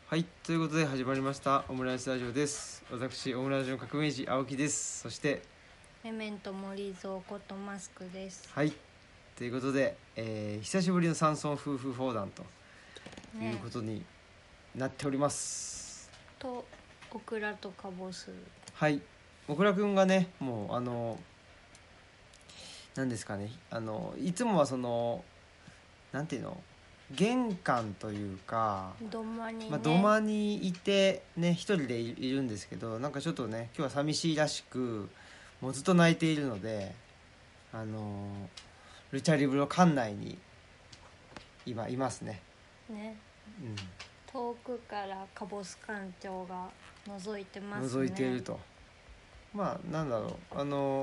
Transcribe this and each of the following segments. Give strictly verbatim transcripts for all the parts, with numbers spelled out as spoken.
はい、ということで始まりましたオムライスラジオです。私オムライスの革命児青木です。そしてメメント森蔵ことマスクです。 はい、ということで、えー、久しぶりの山村夫婦砲弾というねことになっております、 とオクラとカボス。 はい、小倉くんがね、もうあの何ですかね、あのいつもはそのなんていうの、玄関というか土間にね、 まあ、土間にいてね、一人でいるんですけど、なんかちょっとね今日は寂しいらしく、もうずっと泣いているので、あのルチャリブロ館内に今いますね。 ね、 うん、 遠くからカボス館長が覗いてますね。 覗いていると。まあなんだろう、あの、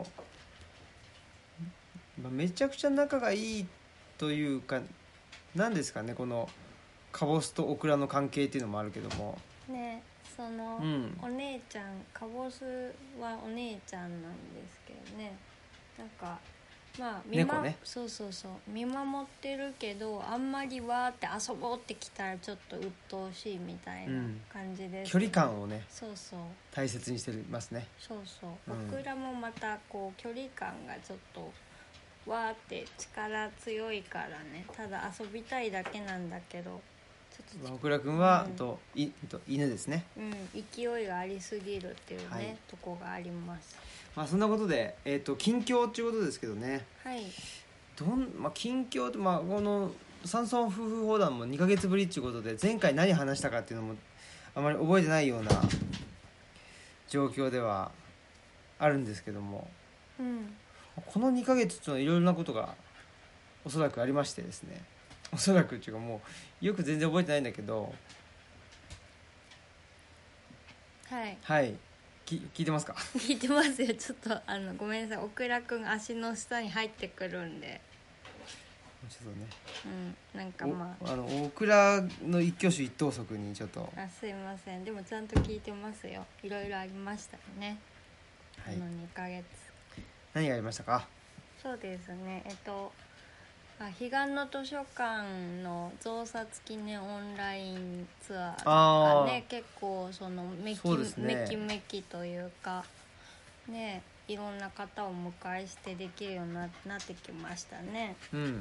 まあ、めちゃくちゃ仲がいいというか、なんですかね、このカボスとオクラの関係っていうのもあるけどもね、その、 うん、 お姉ちゃん、カボスはお姉ちゃんなんですけどね、なんかまあ見、ま猫ね、 そうそうそう見守ってるけど、あんまりわーって遊ぼうってきたらちょっと鬱陶しいみたいな感じです、ね、うん、 距離感をね、 そうそう大切にしてますね。 そうそう、 うん、 オクラもまたこう距離感がちょっとわーって力強いからね、ただ遊びたいだけなんだけど、ちょっとオクラ君は、 うんといと犬ですね。 うん、勢いがありすぎるっていうね、 はい、 とこがあります。 まあそんなことで、えー、と近況っていうことですけどね。 はいどん、まあ、近況って、まあ、この山村夫婦砲弾もにかげつぶりっていうことで、前回何話したかっていうのもあまり覚えてないような状況ではあるんですけども、 うん、 このにかげつっていうのはいろいろなことがおそらくありましてですね、おそらくっていうかもうよく全然覚えてないんだけど、 はいはいき聞いてますか？ 聞いてますよ。ちょっとあのごめんなさい、オクラくん足の下に入ってくるんで、 ちょっとね、 うん、なんかまああのオクラの一挙手一投足にちょっと、 あすいません、でもちゃんと聞いてますよ。いろいろありましたよね、 はい、 このにかげつ。 何がありましたか？ そうですね、えっとあ彼岸の図書館の増刷記念オンラインツアーがね、結構そのめき、 そうですね、 めきめきというかね、いろんな方をお迎えしてできるように な, なってきましたね。 うん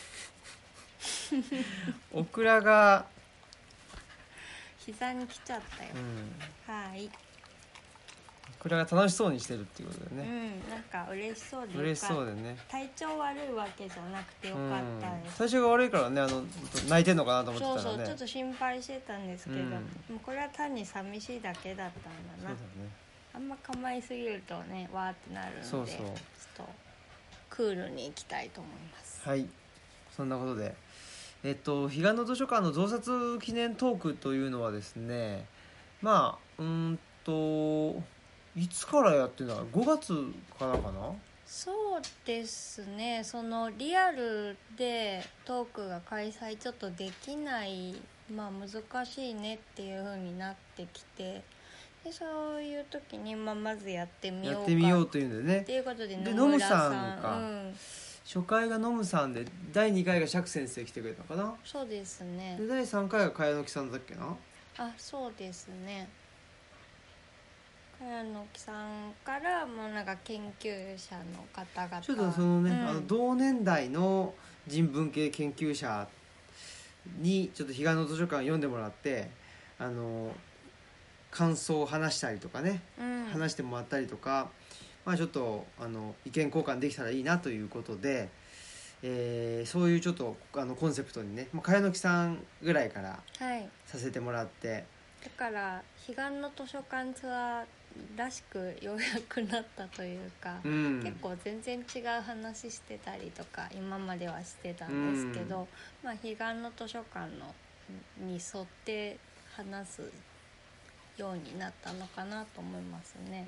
オクラが膝に来ちゃったよ、うん、はい。 オクラが楽しそうにしてるっていうことでね、 うん、なんか嬉しそうでよかった。 嬉しそうでね、 体調悪いわけじゃなくてよかったです。 体調が悪いからね、あの泣いてんのかなと思ってたらね。 そうそう、ちょっと心配してたんですけど、うん、もうこれは単に寂しいだけだったんだな。そうだね、あんま構いすぎるとね、わーってなるので、そうそう、ちょっとクールに行きたいと思います。 はい、そんなことで、えっと彼岸の図書館の増刷記念トークというのはですね、まあうんといつからやってるの？ごがつからかな。 そうですね、そのリアルでトークが開催ちょっとできない、まあ難しいねっていう風になってきて、でそういう時に、まあ、まずやってみようかやってみようというんでね、 っていうことで、 で野村さん、 ノムさんか、 うん、 初回がノムさんで、だいにかいが釈先生来てくれたのかな。 そうですね。 でだいさんかいが茅野木さんだっけな。 あ、そうですね。茅野木さんからもうなんか研究者の方々、 ちょっとそのね、 うん、 あの同年代の人文系研究者にちょっと彼岸の図書館読んでもらって、あの感想を話したりとかね、うん、話してもらったりとか、まあ、ちょっとあの意見交換できたらいいなということで、えー、そういうちょっとあのコンセプトにね、茅野木さんぐらいからさせてもらって、はい、 だから彼岸の図書館ツアーらしくようやくなったというか、うん、結構全然違う話してたりとか今まではしてたんですけど、うん、まあ、彼岸の図書館のに沿って話すようになったのかなと思いますね。 うん、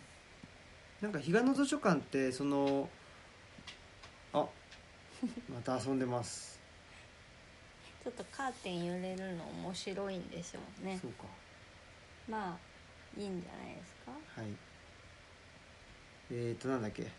なんか彼岸の図書館ってそのあまた遊んでますちょっとカーテン揺れるの面白いんでしょうね。 そうか、 まあいいんじゃないですか。 はい。えーとなんだっけ、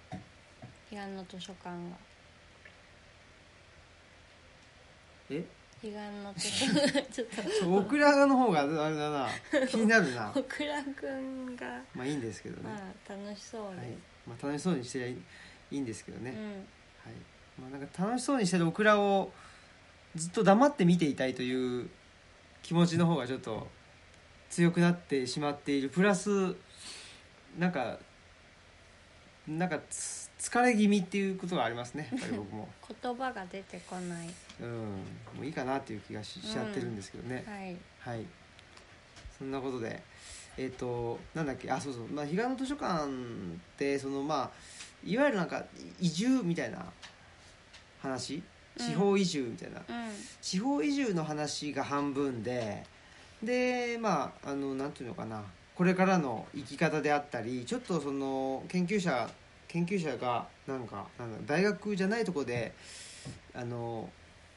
彼岸の図書館がえ彼岸の時ちょっとオクラの方があれだな気になるなオクラくんがまあいいんですけどね、 まあ、楽しそうです、 はいまあ、楽しそうにしていいんですけどね、 うんはいまあ、なんか楽しそうにしてるオクラをずっと黙って見ていたいという気持ちの方がちょっと強くなってしまっているプラスなんかなんかつ疲れ気味っていうことがありますねやっぱり僕も言葉が出てこない、 うん、もういいかなっていう気が し,、ちゃってるんですけどね、 はい、 はい、そんなことでえっ、ー、となんだっけあそうそう、まあ、彼岸の図書館ってそのまあいわゆるなんか移住みたいな話地方移住みたいな、 うん、 地方移住の話が半分ででまああのなんていうのかなこれからの生き方であったりちょっとその研究者研究者がなんかなんだ大学じゃないところであの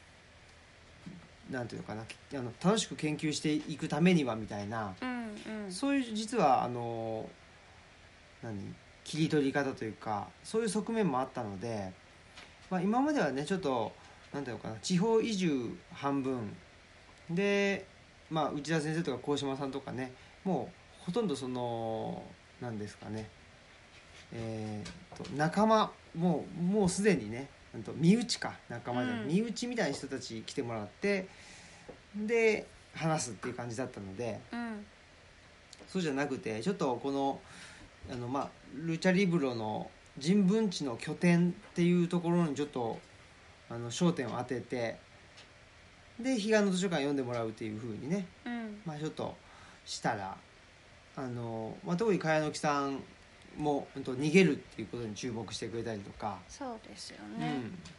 なんていうのかなあの楽しく研究していくためにはみたいな、 うんうん、 そういう実はあの何切り取り方というかそういう側面もあったので、まあ、今まではねちょっとなんていうのかな地方移住半分で、まあ、内田先生とか鴻島さんとかねもうほとんどその何ですかねえー、と仲間もうもうすでにね身内か仲間じゃない、うん、身内みたいな人たち来てもらってで話すっていう感じだったので、 うん、 そうじゃなくてちょっとこのあの、まあ、ルチャリブロの人文地の拠点っていうところにちょっとあの焦点を当ててで彼岸の図書館読んでもらうっていう風にね、 うんまあ、ちょっとしたらあの、まあ、特に茅野木さんもうんと逃げるっていうことに注目してくれたりとかそうですよね、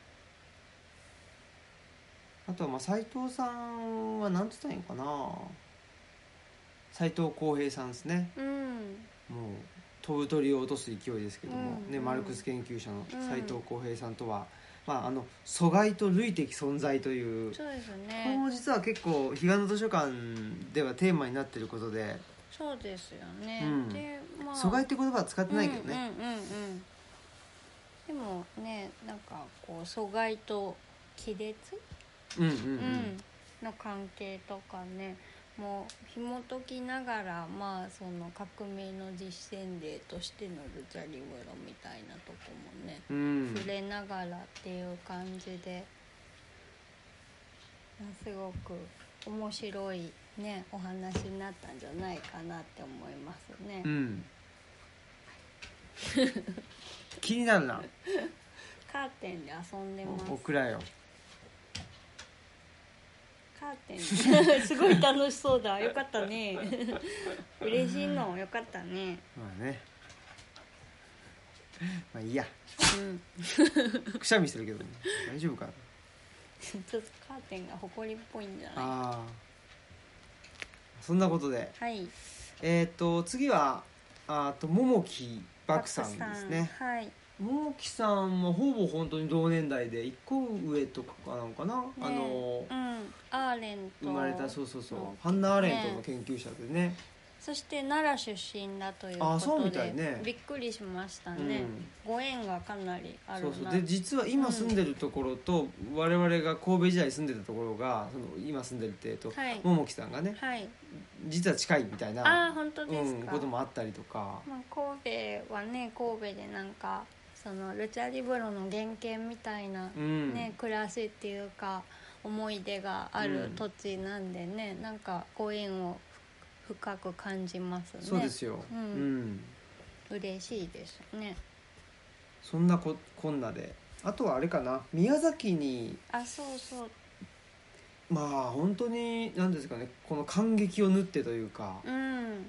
うん、あとはまあ斉藤さんは何て言ったらいいのかな斉藤浩平さんですね、 うん、 もう飛ぶ鳥を落とす勢いですけども、 うんね、マルクス研究者の斉藤浩平さんとは、まあ、あの疎外と類的存在という、 そうですね、 これも実は結構彼岸の図書館ではテーマになっていることでそうですよね、うん、でまあ疎外って言葉は使ってないけどね、 うんうんうんうん、でもねなんかこう疎外と亀裂、 うんうんうんうん、 の関係とかねもう紐解きながらまあその革命の実践例としてのルチャリブロみたいなとこもね、うん、触れながらっていう感じですごく面白いねお話になったんじゃないかなって思いますね、 うん、気になるなカーテンで遊んでます。 おくらよカーテンすごい楽しそうだよかったね嬉しいのよかったね。 まあねまあいいや、 うん、 くしゃみしてるけど、ね、大丈夫かなちょっとカーテンがほこりっぽいんじゃない。 あそんなことで、 はい、 えっ、ー、と次はあと桃木漠さんですね。 はい、 桃木さんはほぼ本当に同年代でいっこ上とかなのかな、ね、あの、 うん、アーレント生まれたそうそうそう、ハンナ・アーレントの研究者でね、 そして奈良出身だということで、 あそうみたいね、 びっくりしましたね、うん、ご縁がかなりあるな。 そうそうで実は今住んでるところと、うん、我々が神戸時代住んでたところがその今住んでるって、と、はい、桃木さんがね、はい、実は近いみたいなあ本当ですか、 うん、こともあったりとか、 まあ、神戸はね神戸でなんかそのルチャリブロの原型みたいな、ねうん、暮らしっていうか思い出がある土地なんでね、うん、なんかご縁を深く感じますね。 そうですよ、うん、 うん、嬉しいですね。 そんな こ, こんなであとはあれかな宮崎にあそうそうまあ本当に何ですかねこの感激を縫ってというか、うん、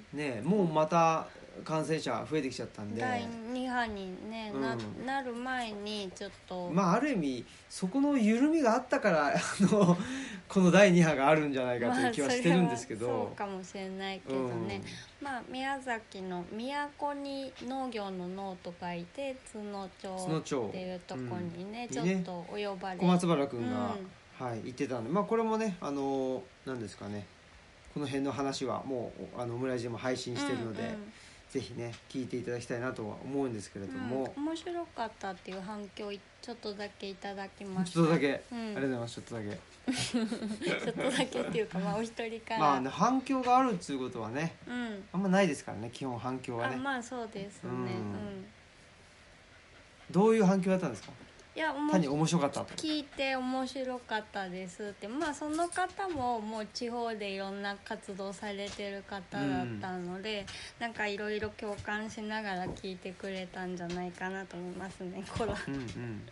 ねもうまた感染者増えてきちゃったんでだいに波に、ねうん、な, なる前にちょっとまあある意味そこの緩みがあったからあのこのだいに波があるんじゃないかという気はしてるんですけど、まあ、 そうかもしれないけどね、うん、まあ宮崎の都に農業の農と書いて津野町っていうとこにね、うん、ちょっとお呼ばれ、 小松原君が、うんはい、言ってたんで、まあ、これもねあの何ですかねこの辺の話はもうあのオムライスでも配信してるので、うんうん、 ぜひね聞いていただきたいなとは思うんですけれども、 うん、面白かったっていう反響ちょっとだけいただきました。 ちょっとだけ、 うん、 ありがとうございます。ちょっとだけちょっとだけっていうか、まあお一人からまあね、反響があるっていうことはね、 うん、 あんまないですからね、基本反響はね。 あ、まあそうですね、うん、うん、 どういう反響だったんですか？ いや、 単に面白かったと聞いて面白かったですって。まあその方ももう地方でいろんな活動されてる方だったので、うん、なんかいろいろ共感しながら聞いてくれたんじゃないかなと思いますね。こら、うんうん、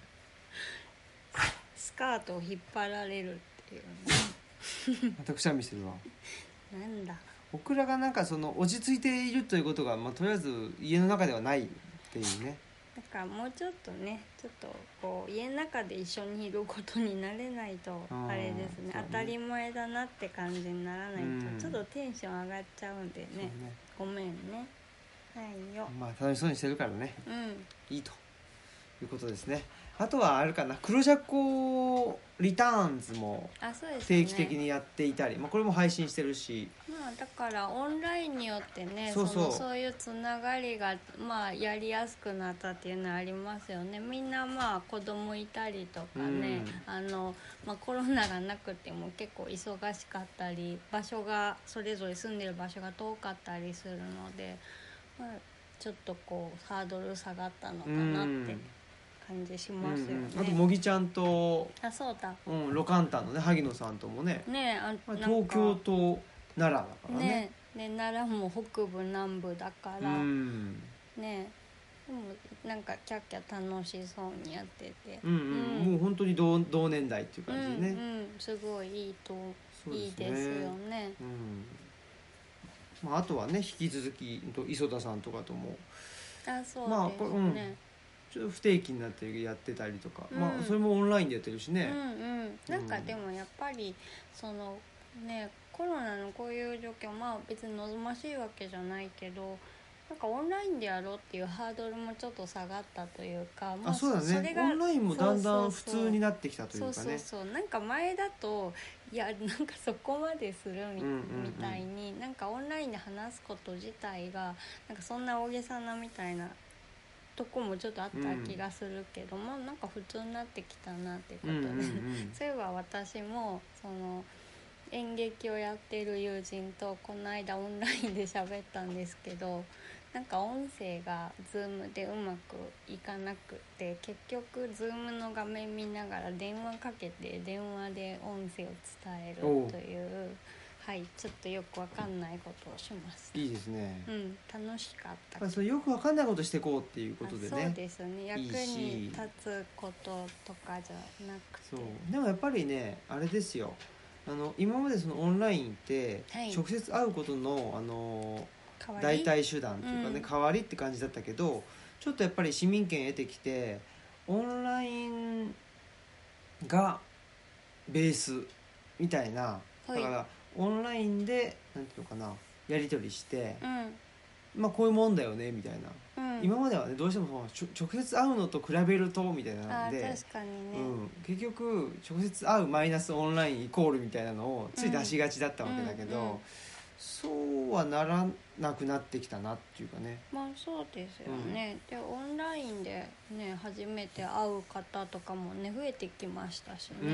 スカートを引っ張られるっていうね。 またくしゃみしてるわ。 なんだ、 オクラがなんかその落ち着いているということが、まあ、とりあえず家の中ではないっていうね。 だからもうちょっとね、ちょっとこう家の中で一緒にいることになれないとあれですね、当たり前だなって感じにならないとちょっとテンション上がっちゃうんで ね, ねごめんね。はいよ。 まあ楽しそうにしてるからね、 うん、 いいということですね。あとはあるかな、黒ジャコリターンズも定期的にやっていたり、あ、そうですね、まあ、これも配信してるし、 まあ、だからオンラインによってね、 そうそう、 そのそういうつながりが、まあ、やりやすくなったっていうのはありますよね。みんなまあ子供いたりとかね、うん、あのまあ、コロナがなくても結構忙しかったり、場所がそれぞれ住んでる場所が遠かったりするので、まあ、ちょっとこうハードル下がったのかなって感じしますよね、うんうん、 あともぎちゃんと、 あ、そうだ、 うん、ロカンタンのね萩野さんともね、 ね、あ、 まあ、東京と奈良だからね、 ね、で奈良も北部南部だから、うん、ね、でもなんかキャッキャ楽しそうにやってて、 うんうん、うん、もう本当に 同, 同年代っていう感じでね、うんうん、すごいいいと、ね、いいですよね、 うん、まあ、あとはね引き続き磯田さんとかとも、 あ、そうですね、 まあこれ、うん、ちょっと不定期になってやってたりとか、うん、まあそれもオンラインでやってるしね、 うんうん、なんかでもやっぱりそのね、コロナのこういう状況、まあ別に望ましいわけじゃないけど、なんかオンラインでやろうっていうハードルもちょっと下がったというか、まあ、 あ、そうだね、それがオンラインもだんだん普通になってきたというかね、 そうそうそう、なんか前だといやなんかそこまでする み,、うんうんうん、みたいに、なんかオンラインで話すこと自体がなんかそんな大げさなみたいなとこもちょっとあった気がするけども、うん、なんか普通になってきたなってことで、うんうんうん、そういえば私もその演劇をやってる友人とこの間オンラインで喋ったんですけど、なんか音声が Zoom でうまくいかなくて、結局 Zoom の画面見ながら電話かけて電話で音声を伝えるという、はい、ちょっとよくわかんないことをしました。 いいですね、 うん、楽しかった。 まあ、それよくわかんないことしていこうっていうことでね、 そうですね、役に立つこととかじゃなくて、 そうでもやっぱりねあれですよ、あの今までそのオンラインって直接会うことの、あの代替手段というかね、うん、代わりって感じだったけど、ちょっとやっぱり市民権得てきてオンラインがベースみたいな、だからオンラインでなんていうのかな、やり取りして、うん、まあこういうもんだよねみたいな、うん、今まではねどうしても直接会うのと比べるとみたいなので、 あ、確かにね、 うん、結局直接会うマイナスオンラインイコールみたいなのをつい出しがちだったわけだけど、うんうんうん、そうはならなくなってきたなっていうかね。 まあそうですよね、うん、でオンラインでね初めて会う方とかもね増えてきましたしね、うん、うん、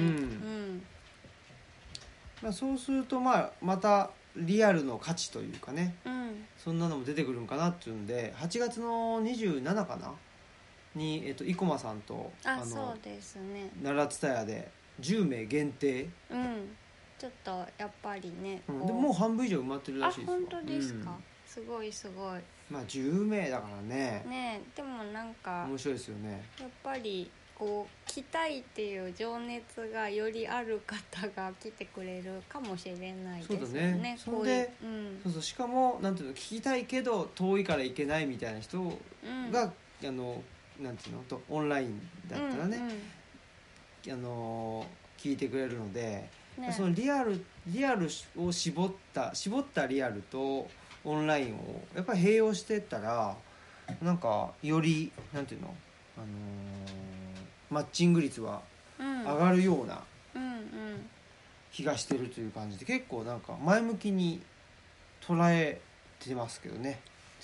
まあ、そうするとまあまたリアルの価値というかね、 うん、 そんなのも出てくるんかなっていうんで、はちがつのにじゅうしちかなに、えっと、生駒さんとああのそうですね、 奈良蔦屋でじゅうめい限定、 うん、ちょっとやっぱりね、 うん、でももう半分以上埋まってるらしいですよ。 あ、本当ですか、うん、すごいすごい。 まあじゅうめいだからね。 ね、でもなんか面白いですよね。 やっぱりこう来たいっていう情熱がよりある方が来てくれるかもしれないですよね。 そうだね。そんで、うん、そうそう、しかもなんていうの、聞きたいけど遠いから行けないみたいな人が、うん、あのなんていうのとオンラインだったらね、うんうん、あの聞いてくれるので、ね、そのリアルリアルを絞った絞ったリアルとオンラインをやっぱり併用してったら、なんかよりなんていうの、あのー、マッチング率は上がるような気がしてるという感じで、結構なんか前向きに捉えてますけどね。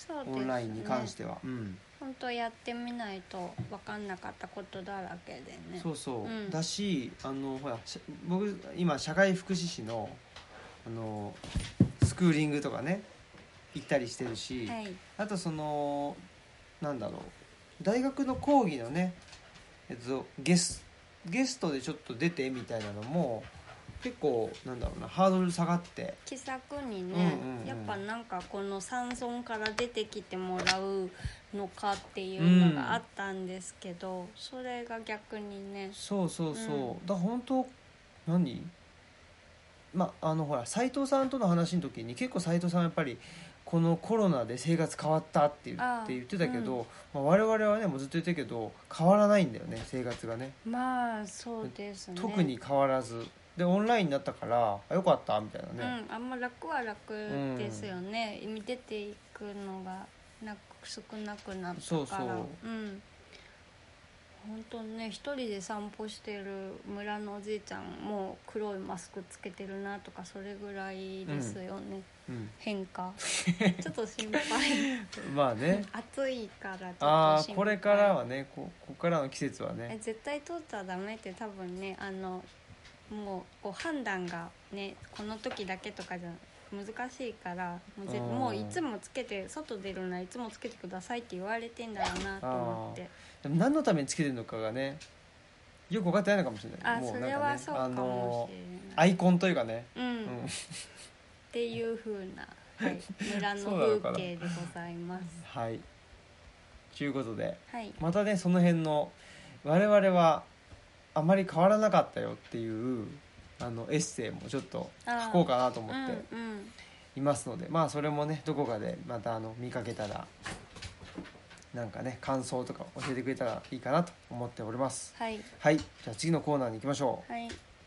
そうですね、 オンラインに関しては、うん、 本当やってみないと分かんなかったことだらけでね。 そうそう、 うん、 だしあのほら僕今社会福祉士のあのスクーリングとかね行ったりしてるし、 はい、 あとそのなんだろう大学の講義のね、えっと、ゲスゲストでちょっと出てみたいなのも結構なんだろうなハードル下がって気さくにね、 うんうんうん、 やっぱなんかこの山村から出てきてもらうのかっていうのがあったんですけど、うん、それが逆にねそうそうそう、 うん、 だから本当何まああのほら斉藤さんとの話の時に結構斉藤さんはやっぱりこのコロナで生活変わったって言って言ってたけど、うんまあ、我々はねもうずっと言ってるけど変わらないんだよね生活がね。 まあそうですね、 特に変わらずでオンラインになったからあよかったみたいなね、 うん、あんま楽は楽ですよね、うん、出ていくのがなく少なくなったからそうそう、 うん本当ね一人で散歩してる村のおじいちゃんも黒いマスクつけてるなとかそれぐらいですよね、うんうん、変化ちょっと心配まあね暑いからちょっと心配あこれからはね こ, ここからの季節はねえ絶対取ったらダメって多分ねあのもうこう判断がねこの時だけとかじゃ難しいからもうぜもういつもつけて外出るならいつもつけてくださいって言われてんだろうなと思ってでも何のためにつけてるのかがねよく分かってないのかもしれないあもうなんか、ね、それはそうかもしれない、あのー、アイコンというかね、 うんうん、っていう風な、はい、村の風景でございますはいということで、 はい、 またねその辺の我々はあまり変わらなかったよっていうあのエッセイもちょっと書こうかなと思っていますので、うんうん、まあそれもねどこかでまたあの見かけたらなんかね感想とか教えてくれたらいいかなと思っております。 はい、 はい、じゃあ次のコーナーに行きましょう、はい、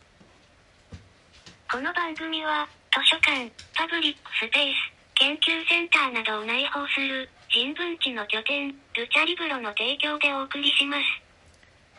この番組は図書館、パブリックスペース、研究センターなどを内包する人文地の拠点ルチャリブロの提供でお送りします。 はい。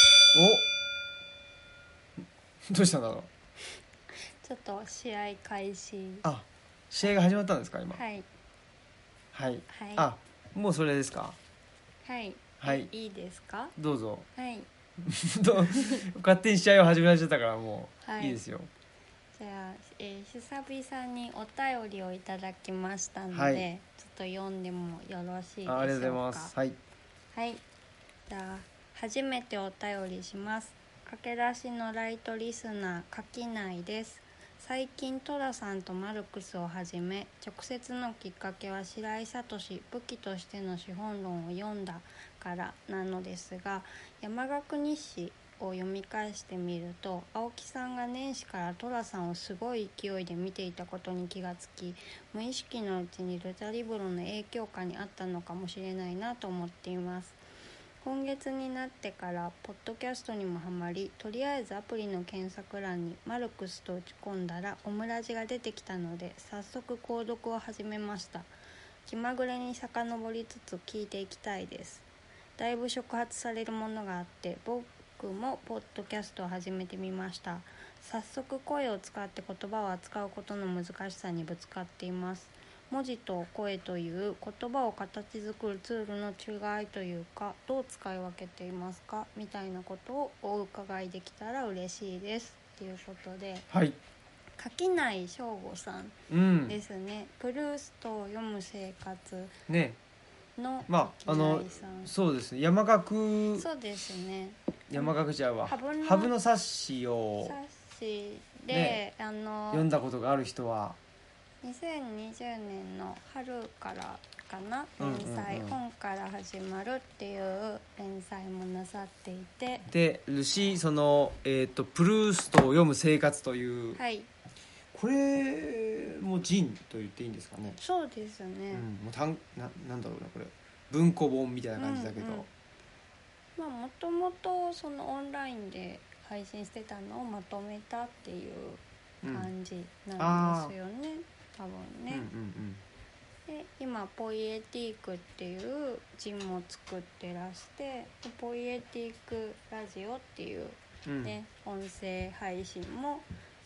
おどうしたんだろう。 ちょっと試合開始。 あ、試合が始まったんですか今。 はいはい、 はい、 あ、もうそれですか。 はい、 はい、 いいですか。 どうぞ。 はいど勝手に試合を始められちゃったからもう、はい、いいですよ。 じゃあ、えー、久々にお便りをいただきましたので、はい、ちょっと読んでもよろしいでしょうか。 あ、ありがとうございます。はい、 はい、じゃあ初めてお便りします。駆け出しのライトリスナー垣内です。最近トラさんとマルクスをはじめ直接のきっかけは白井聡武器としての資本論を読んだからなのですが、山岳日誌を読み返してみると青木さんが年始からトラさんをすごい勢いで見ていたことに気がつき、無意識のうちにルチャリブロの影響下にあったのかもしれないなと思っています。今月になってからポッドキャストにもハマり、とりあえずアプリの検索欄にマルクスと打ち込んだらオムラジが出てきたので早速購読を始めました。気まぐれに遡りつつ聞いていきたいです。だいぶ触発されるものがあって僕もポッドキャストを始めてみました。早速声を使って言葉を扱うことの難しさにぶつかっています。文字と声という言葉を形作るツールの違いというか、どう使い分けていますかみたいなことをお伺いできたら嬉しいですということで、 はい、 垣内翔吾さんですね、うん、プルーストを読む生活ねのまああのそうですね山岳そうですね山岳じゃはハブの冊子を冊子で、 ね、 あの読んだことがある人はにせんにじゅうねんの春からかな連載、うんうんうん、本から始まるっていう連載もなさっていて、 でルシその、えーと、プルーストを読む生活という、 はい、 これもジンと言っていいんですかね。 そうですね、うん、 もうたん な, なんだろうなこれ文庫本みたいな感じだけど、 うんうん、まあもともとそのオンラインで配信してたのをまとめたっていう感じなんですよね、うん多分ね、うんうんうん、で今ポイエティークっていうジンも作ってらしてポイエティークラジオっていう、ねうん、音声配信もなさ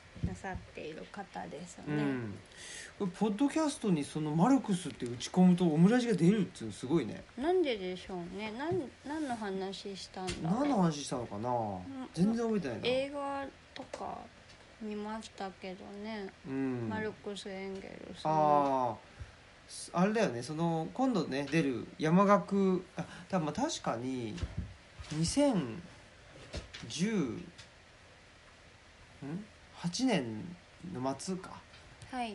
さっている方ですようね、 ん、これポッドキャストにそのマルクスって打ち込むとオムラジが出るっていうのすごいね。 なんででしょうね。なん何の話したんだろう。 何の話したのかな、全然覚えてないな。 映画とか見ましたけどね、 うん、 マルクス・エンゲルスのあああれだよね、その今度ね出る山岳、あ多分まあ確かににせんじゅうはちねんの末か、 はい、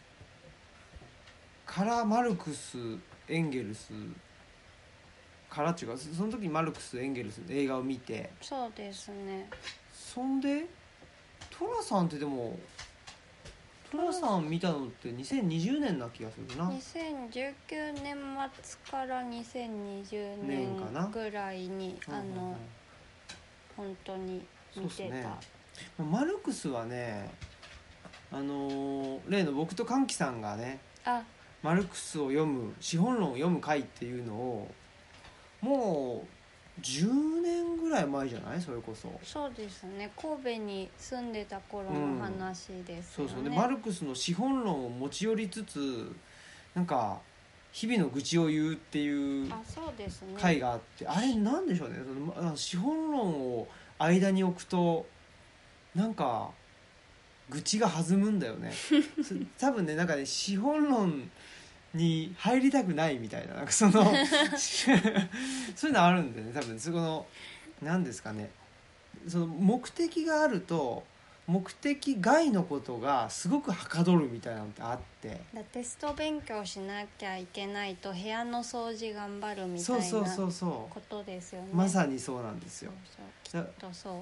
からマルクス・エンゲルスからっていうか、その時にマルクス・エンゲルスの映画を見て、 そうですね。 そんでトラさんってでもトラさん見たのってにせんにじゅうねんな気がするな。 にせんじゅうきゅうねん末からにせんにじゅうねんぐらいにあの、うんうんうん、本当に見てた、ね、 マルクスはね、あのー、例の僕と歓喜さんがね、 あマルクスを読む資本論を読む会っていうのをもうじゅうねんぐらい前じゃない、それこそ。 そうですね、神戸に住んでた頃の話ですよね、 うん、そうそうでマルクスの資本論を持ち寄りつつなんか日々の愚痴を言うっていう回があって、 あ, ね、あれなんでしょうね、その資本論を間に置くとなんか愚痴が弾むんだよね多分ね、なんかね資本論に入りたくないみたいな、なんかそのそういうのあるんでね、多分そこの何ですかね、その目的があると目的外のことがすごくはかどるみたいなのってあって、 だテスト勉強しなきゃいけないと部屋の掃除頑張るみたいなことですよね。 まさにそうなんですよ。 そうそうきっとそう、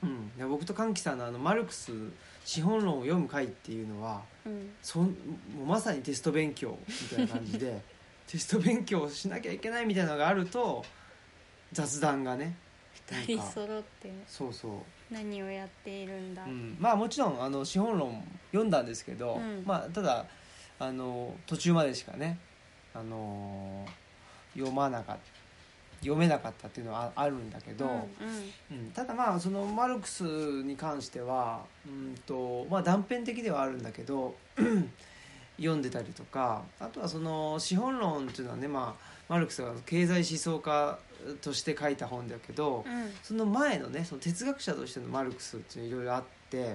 うん、で僕と歓喜さんのあのマルクス資本論を読む会っていうのは、うん、そもうまさにテスト勉強みたいな感じでテスト勉強しなきゃいけないみたいなのがあると雑談がねふたり揃ってそうそう何をやっているんだ、 うん、まあもちろんあの資本論読んだんですけど、うん、まあただあの途中までしかねあの読まなかった読めなかったっていうのはあるんだけど、うんうんうん、ただまあそのマルクスに関してはうんと、まあ、断片的ではあるんだけど読んでたりとか、あとはその資本論っていうのはね、まあ、マルクスは経済思想家として書いた本だけど、うん、その前のねその哲学者としてのマルクスっていうのいろいろあって、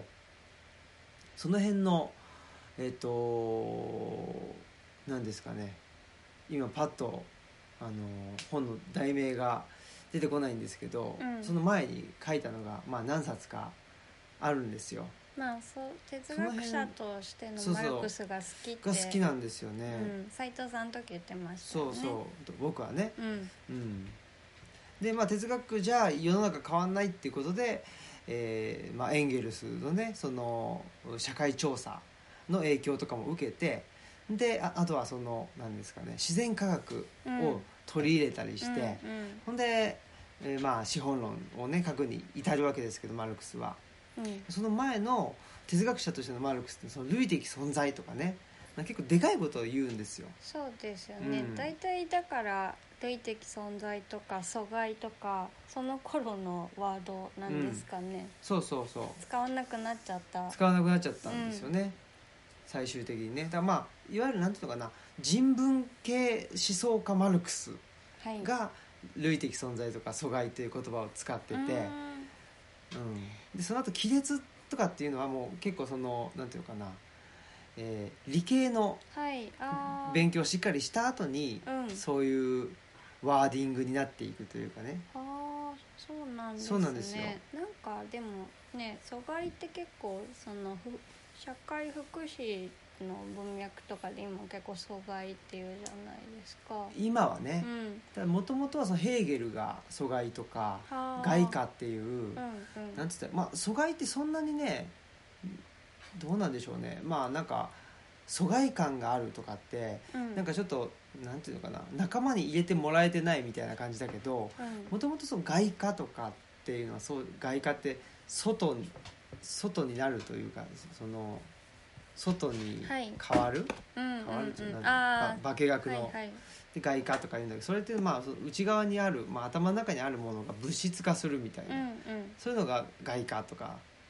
その辺のえっと何ですかね、今パッとあの本の題名が出てこないんですけど、うん、その前に書いたのが、まあ、何冊かあるんですよ。 まあ、そう哲学者としてのマルクスが好きってが好きなんですよね、 うん、斉藤さんの時言ってましたよね。 そうそう僕はね、うんうん、で、まあ、哲学じゃ世の中変わんないっていうことで、えーまあ、エンゲルスのねその社会調査の影響とかも受けて、で あ, あとはその何ですかね自然科学を取り入れたりして、うんうんうん、ほんで、えーまあ、資本論をね書くに至るわけですけどマルクスは、うん、その前の哲学者としてのマルクスってその類的存在とかね結構でかいことを言うんですよ。 そうですよね、うん、だいたいだから類的存在とか阻害とかその頃のワードなんですかね、うん、 そうそうそう使わなくなっちゃった使わなくなっちゃったんですよね、うん、最終的にね。だからまあいわゆるなんていうのかな人文系思想家マルクスが類的存在とか阻害という言葉を使ってて、うん、うん、でその後亀裂とかっていうのはもう結構そのなんていうのかな、えー、理系の勉強をしっかりした後に、はい、そういうワーディングになっていくというかね。 ああそうなんですね。 そうなんですよ。 なんかでもね阻害って結構その社会福祉の文脈とかで今結構阻害っていうじゃないですか今はね。もともとはそのヘーゲルが阻害とか外貨っていう、うんうん、なんつったら、まあ、阻害ってそんなにねどうなんでしょうね。まあなんか疎外感があるとかって、うん、なんかちょっとなんていうのかな仲間に入れてもらえてないみたいな感じだけど、もともとその外貨とかっていうのはそう外貨って外に外になるというかその外に変わる、はい、変わるっていうのは化学の、はいはい、で外貨とか言うんだけど、それってまあ内側にある、まあ、頭の中にあるものが物質化するみたいな、うんうん、そういうのが外貨とか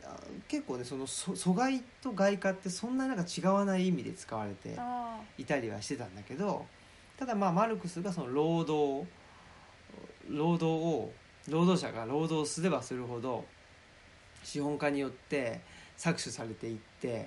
結構ねその疎外と外貨ってそんななんか違わない意味で使われていたりはしてたんだけど、ただまあマルクスがその労働労働を労働者が労働すればするほど資本家によって搾取されていって、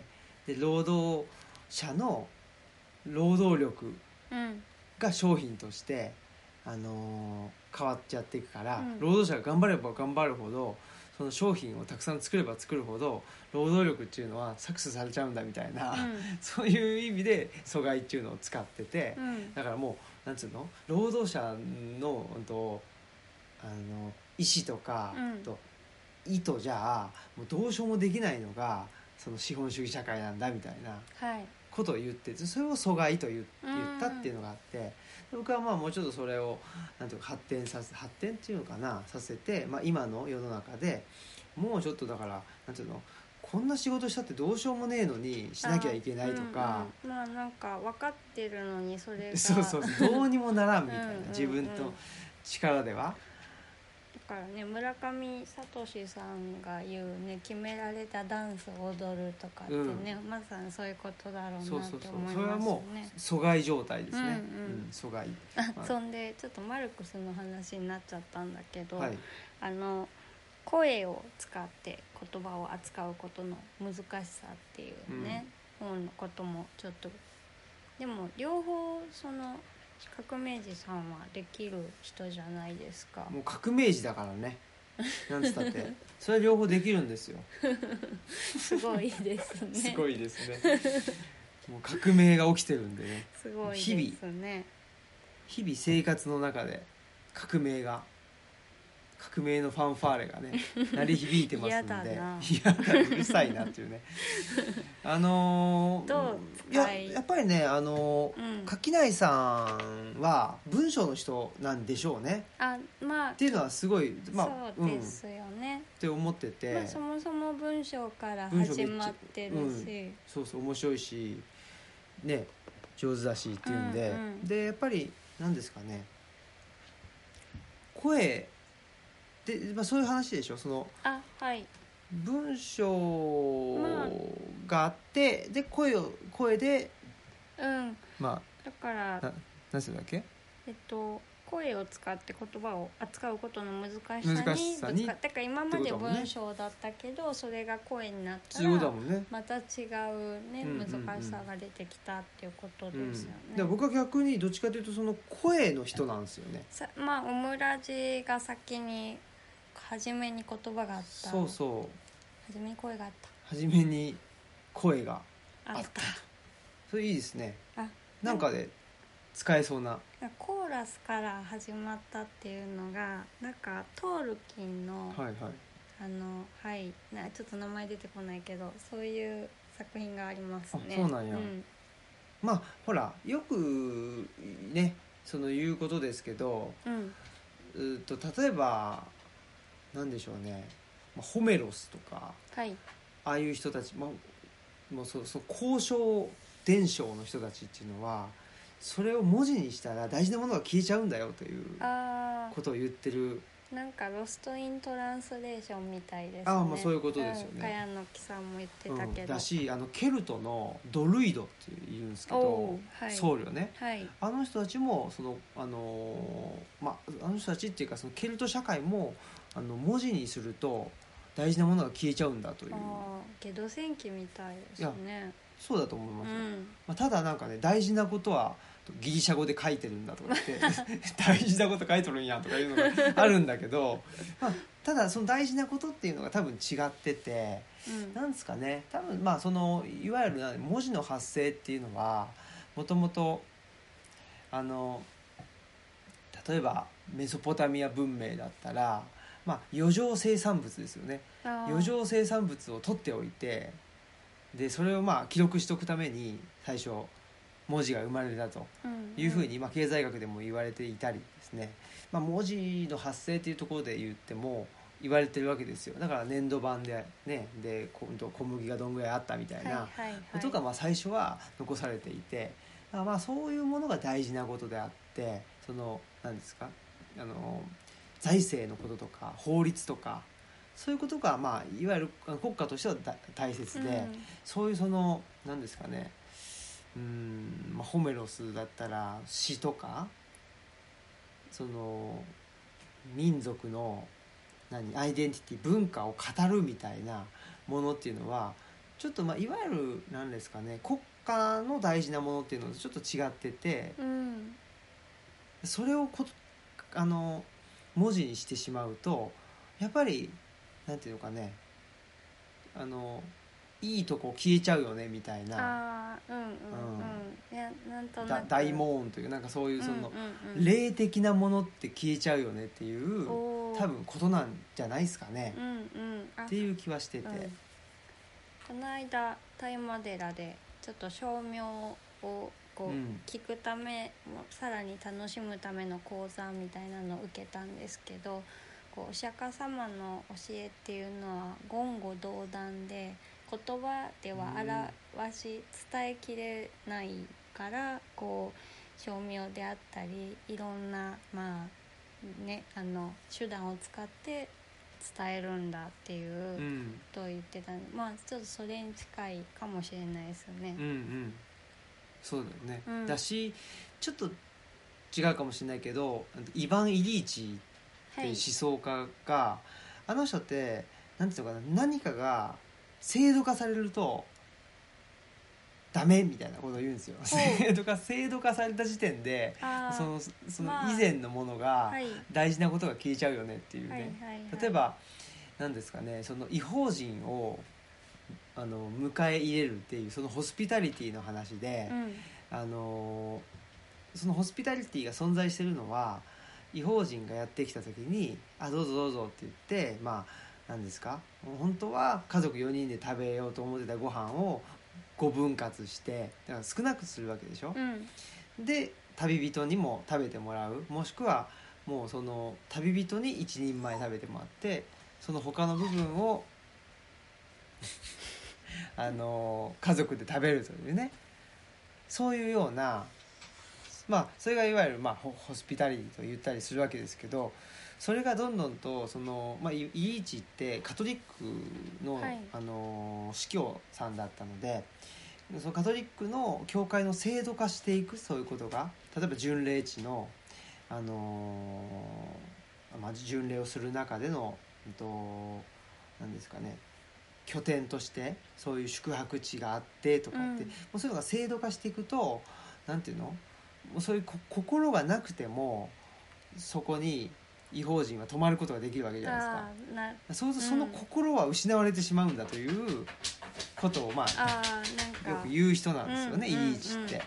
で労働者の労働力が商品として、あのー、変わっちゃっていくから、うん、労働者が頑張れば頑張るほどその商品をたくさん作れば作るほど労働力っていうのは搾取されちゃうんだみたいな、うん、そういう意味で疎外っていうのを使ってて、うん、だからもうなんつうの労働者の本当あの意思とか、うん、と意図じゃあもうどうしようもできないのがその資本主義社会なんだみたいなことを言って、それを疎外と 言, 言ったっていうのがあって、僕はまあもうちょっとそれをなんていうか発展させ発展っていうのかなさせて、まあ、今の世の中でもうちょっとだからなんていうのこんな仕事したってどうしようもねえのにしなきゃいけないとか、 うんうん、まあなんか分かってるのにそれがそうそうどうにもならんみたいなうんうん、うん、自分と力ではだからね村上聡さんが言うね決められたダンスを踊るとかってね、うん、まさにそういうことだろうなって思いますね。そうそうそう、 それはもう疎外状態ですね、うんうんうん、疎外あそんでちょっとマルクスの話になっちゃったんだけど、はい、あの声を使って言葉を扱うことの難しさっていうね、うん、本のこともちょっとでも両方その革命児さんはできる人じゃないですか。 もう革命児だからねなんつったってそれ両方できるんですよすごいですねすごいですねもう革命が起きてるんでねすごいですね日々日々生活の中で革命が革命のファンファーレがね鳴り響いてますんで嫌だな嫌だうるさいなっていうねあのー、 どうや, やっぱりね、あのーうん、垣内さんは文章の人なんでしょうね。 あ、まあ、 っていうのはすごい、まあ、 そうですよね、うん、 って思ってて、 まあ、そもそも文章から始まってるし、うん、 そうそう面白いしね上手だしっていうんで、うんうん、でやっぱり何ですかね声で、まあ、そういう話でしょそのあ、はい、 文章があって、まあ、で声を声でうんまあだからな何するんだっけえっと声を使って言葉を扱うことの難しさに難しさにだから今まで文章だったけど そ, ね、それが声になったらまた違うね、うんうんうん、難しさが出てきたっていうことですよね、 うん、で僕は逆にどっちかというとその声の人なんですよね。 さまあオムラジが先に初めに言葉があった。 そうそう初めに声があった初めに声があったあったそれいいですね。 あなんかで使えそうなコーラスから始まったっていうのがなんかトールキンの、 はいはい、 あのはいなちょっと名前出てこないけどそういう作品がありますね。 あそうなんや、うん、まあほらよくねその言うことですけど、うん、うと例えばなんでしょうね、まあ、ホメロスとか、 はい、 ああいう人たち、まあ、もうそそ交渉伝承の人たちっていうのはそれを文字にしたら大事なものが消えちゃうんだよということを言ってる。 なんかロストイントランスレーションみたいですね。 ああ、まあそういうことですよね。 茅野木さんも言ってたけど、うん、 だしあのケルトのドルイドって言うんですけど、はい、僧侶ね、 はい、 あの人たちもそのあの、まあ、あの人たちっていうかそのケルト社会もあの文字にすると大事なものが消えちゃうんだという。 あゲド戦記みたいですね。 そうだと思いますよ、 うんまあ、ただなんかね大事なことはギリシャ語で書いてるんだとか言って大事なこと書いてるんやとかいうのがあるんだけど、まあ、ただその大事なことっていうのが多分違ってて、うん、なんですかね多分まあそのいわゆる文字の発生っていうのはもともとあの例えばメソポタミア文明だったら、まあ、余剰生産物ですよね。余剰生産物を取っておいてでそれをまあ記録しておくために最初文字が生まれたというふうに、まあ、経済学でも言われていたりですね、まあ、文字の発生というところで言っても言われてるわけですよ。だから粘土板でねで小麦がどんぐらいあったみたいなことがまあ最初は残されていて、まあそういうものが大事なことであってその何ですかあの財政のこととか法律とかそういうことが、まあ、いわゆる国家としては大切で、うん、そういうその何ですかね、うーん、まあ、ホメロスだったら詩とかその民族の何アイデンティティ文化を語るみたいなものっていうのはちょっと、まあ、いわゆる何ですかね国家の大事なものっていうのとちょっと違ってて、うん、それをこあの文字にしてしまうとやっぱりなんていうのかねあのいいとこ消えちゃうよねみたいな、 あうんうんうん、うん、いやなんとなく大門音というなんかそういうその、うんうんうん、霊的なものって消えちゃうよねっていう多分ことなんじゃないですかね、うんうん、っていう気はしてて、うん、 この間大麻寺でちょっと称名をこう、うん、聞くためさらに楽しむための講座みたいなのを受けたんですけど、こうお釈迦様の教えっていうのは言語道断で言葉では表し伝えきれないから、こう称名であったりいろんな、まあね、あの手段を使って伝えるんだっていうことを言ってたんで、うん、まあちょっとそれに近いかもしれないですよね。 うんうん、そうだよね、うん、だしちょっと違うかもしれないけどイヴァン・イリーチっていう思想家が、はい、あの人ってなんていうのかな何かが制度化されるとダメみたいなことを言うんですよ。制度化制度化された時点でそのその以前のものが大事なことが消えちゃうよねっていうね、はいはいはい、例えば何ですかねその異邦人をあの迎え入れるっていうそのホスピタリティの話で、うん、あのそのホスピタリティが存在してるのは異邦人がやってきた時にあどうぞどうぞって言ってまあ何ですか本当は家族よにんで食べようと思ってたご飯をご分割してだから少なくするわけでしょ、うん、で旅人にも食べてもらうもしくはもうその旅人に一人前食べてもらってその他の部分をあの家族で食べるというねそういうようなまあそれがいわゆる、まあ、ホ, ホスピタリティと言ったりするわけですけどそれがどんどんとその、まあ、イリーチってカトリック の,、はい、あの司教さんだったのでそのカトリックの教会の制度化していくそういうことが例えば巡礼地の、あのまあ、巡礼をする中での、えっと、何ですかね拠点としてそういう宿泊地があってとかって、うん、もうそういうのが制度化していくとなんていうのもうそういう心がなくてもそこに異邦人は泊まることができるわけじゃないですか。あそうするとその心は失われてしまうんだということを、まあ、あよく言う人なんですよね、うんうんうん、イリーチって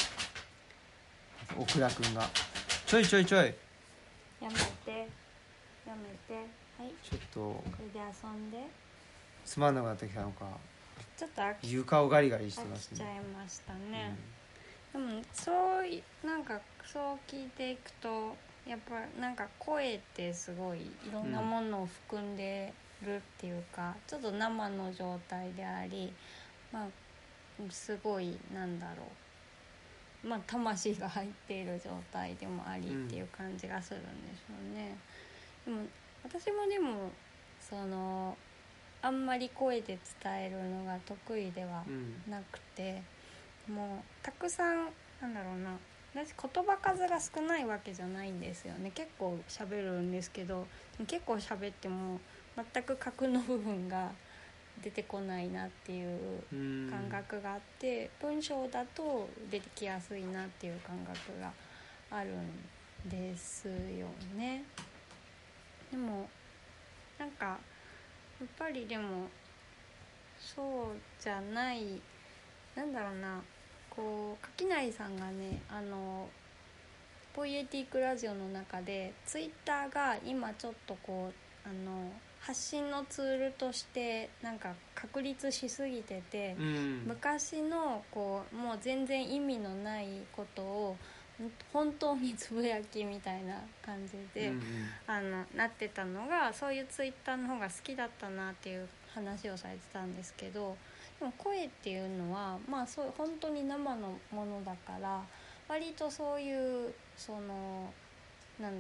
オクラ君がちょいちょいちょいやめてやめてはいちょっとこれで遊んでつまんなくなってきたのかちょっと飽き床をガリガリしてますね。 飽きちゃいましたね、うん、でもそうなんかそう聞いていくとやっぱなんか声ってすごいいろんなものを含んでるっていうか、うん、ちょっと生の状態であり、まあ、すごいなんだろう、まあ、魂が入っている状態でもありっていう感じがするんでしょうね、うん、でも私もでもそのあんまり声で伝えるのが得意ではなくて、うん、もうたくさんなんだろうな私言葉数が少ないわけじゃないんですよね。結構喋るんですけど結構喋っても全く核の部分が出てこないなっていう感覚があって文章だと出てきやすいなっていう感覚があるんですよね。でもなんかやっぱりでもそうじゃないなんだろうなこう柿内さんがねあのポイエティックラジオの中でツイッターが今ちょっとこうあの発信のツールとしてなんか確立しすぎてて、うん、昔のこうもう全然意味のないことを本当につぶやきみたいな感じで、うんうん、あのなってたのがそういうツイッターの方が好きだったなっていう話をされてたんですけどでも声っていうのはまあそう本当に生のものだから割とそういうそのなんだろ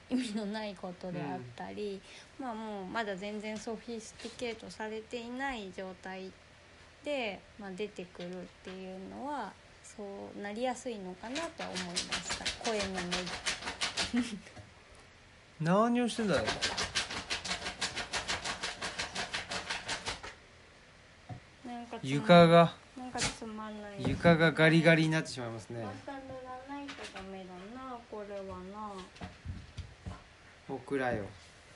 意味のないことであったり、うん、まあもうまだ全然ソフィスティケートされていない状態で、まあ、出てくるっていうのはそうなりやすいのかなとは思いました。声のメリ何をしてんだろう。 なんか床がなんかつまんない、 床がガリガリになってしまいますね。 また塗らないとダメだなこれはな。 僕らよ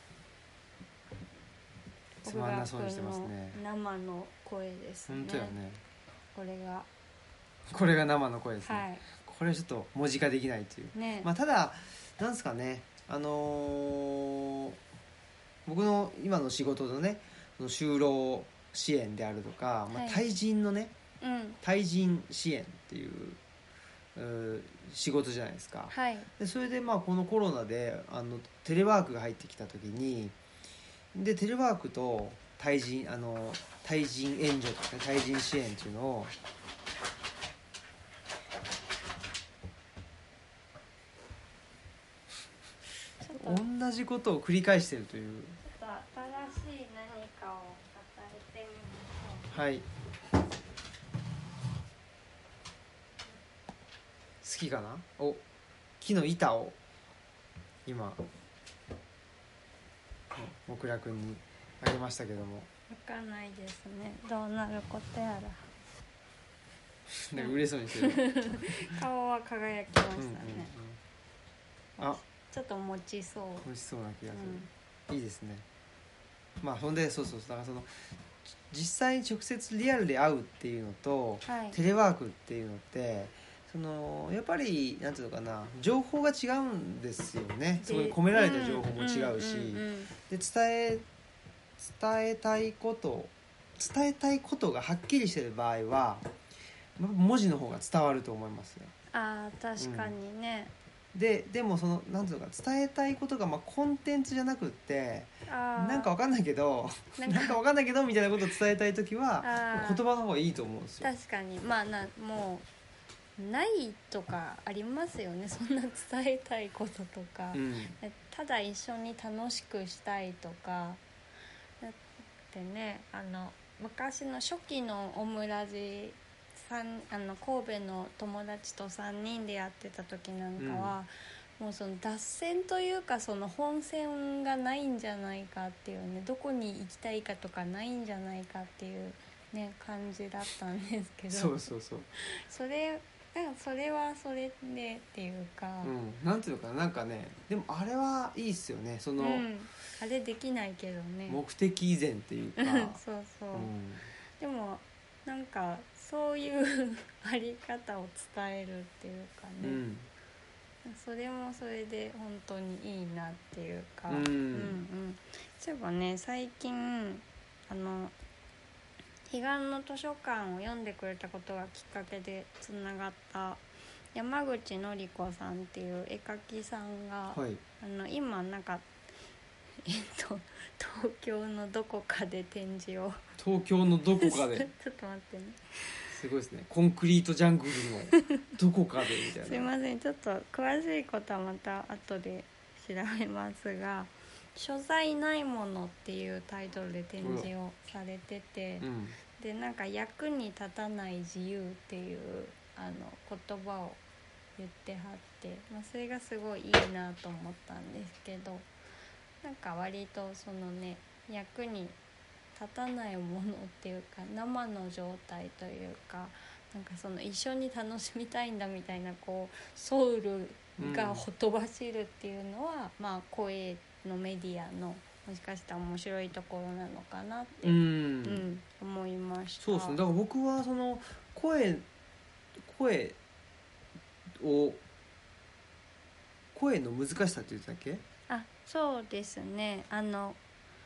つまんなそうにしてますね。 生の声ですね。 本当よね。 これがこれが生の声ですね、 はい、 これちょっと文字化できないという、 ね、 まあ、ただなんですかね、あのー、僕の今の仕事のね就労支援であるとか、まあ、対人のね、 はい、うん、 対人支援っていう、う仕事じゃないですか、 はい、 でそれでまあこのコロナであのテレワークが入ってきた時にでテレワークと対人あの対人援助とか、ね、対人支援っていうのを同じことを繰り返しているという。 ちょっと新しい何かを与えてみましょう。 はい。好きかな。お木の板を今もくらくんにあげましたけども、 わかんないですね、どうなることやら。 なんか嬉しそうにしてる顔は輝きましたね、 うんうんうん、あちょっと持ちそう持ちそうな気がする、うん、いいですね。まあそんでそうそうだからその実際に直接リアルで会うっていうのと、はい、テレワークっていうのってそのやっぱりなんていうのかな情報が違うんですよね。そこに込められた情報も違うし、で伝え伝えたいこと伝えたいことがはっきりしてる場合は文字の方が伝わると思いますよ。 あー確かにね、 うん、で, でもそのなんていうのか伝えたいことがまあコンテンツじゃなくってなんかわかんないけどなんかわかんないけどみたいなことを伝えたいときは言葉の方がいいと思うんですよ。 確かにまあなもうないとかありますよね、そんな伝えたいこととか、うん、ただ一緒に楽しくしたいとかだってね、あの昔の初期のオムラジさんあの神戸の友達とさんにんでやってた時なんかは、うん、もうその脱線というかその本線がないんじゃないかっていうね、どこに行きたいかとかないんじゃないかっていうね感じだったんですけど、 そうそうそう、 それなんかそれはそれでっていうか、 うん、なんていうのかな、なんかねでもあれはいいっすよね、その、うん、 あれできないけどね、 目的以前っていうかそうそう、うん、でもなんかそういうあり方を伝えるっていうかね、うん、それもそれで本当にいいなっていうか、うんうんうん、そういえばね最近あの彼岸の図書館を読んでくれたことがきっかけでつながった山口のり子さんっていう絵描きさんが、はい、あの今なんかえっと東京のどこかで展示を東京のどこかでちょっと待ってね、 すごいですね、コンクリートジャングルのどこかでみたいなすいません、ちょっと詳しいことはまた後で調べますが、所在ないものっていうタイトルで展示をされてて、うん、でなんか役に立たない自由っていうあの言葉を言ってはって、まあ、それがすごいいいなと思ったんですけど、なんか割とそのね役に立たないものっていうか生の状態というか、なんかその一緒に楽しみたいんだみたいなこうソウルがほとばしるっていうのは、うん、まあ声のメディアのもしかしたら面白いところなのかなって、うんうん、思いました。 そうですね、だから僕はその声声を声の難しさって言ってたっけ？ あ、そうですね、あの、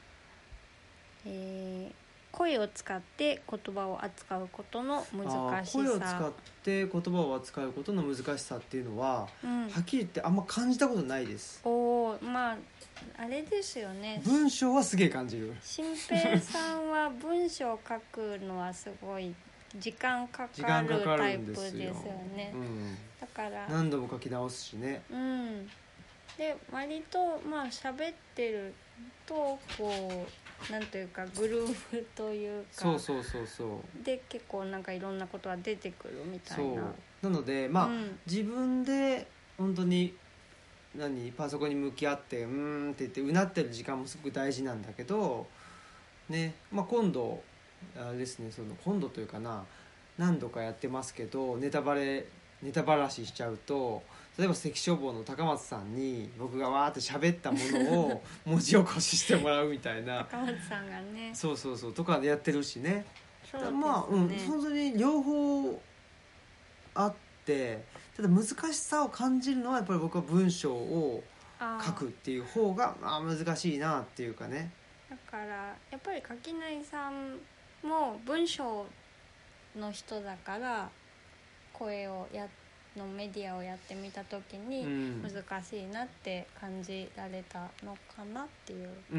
えー、声を使って言葉を扱うことの難しさ、 声を使って言葉を扱うことの難しさっていうのは、うん、はっきり言ってあんま感じたことないです。 おー、まああれですよね、 文章はすげえ感じる。 新平さんは文章を書くのはすごい時間かかるタイプですよね、うん、だから何度も書き直すしね、 うん、 で割とまあ喋ってるとこうなんというかグループというかそうそうそうそうで結構なんかいろんなことが出てくるみたいな。 そうなのでまあ、 うん、 自分で本当に何パソコンに向き合ってうーんって言ってうなってる時間もすごく大事なんだけどね、まあ、今度あれですねその今度というかな何度かやってますけどネタバレネタバラシしちゃうと例えば関消防の高松さんに僕がわーって喋ったものを文字起こししてもらうみたいな高松さんがねそうそうそうとかでやってるしね。 そうですねまあうん本当に両方あってただ難しさを感じるのはやっぱり僕は文章を書くっていう方がまあ難しいなっていうかね。 だからやっぱり垣内さんも文章の人だから声をやのメディアをやってみた時に難しいなって感じられたのかなっていう、 うん、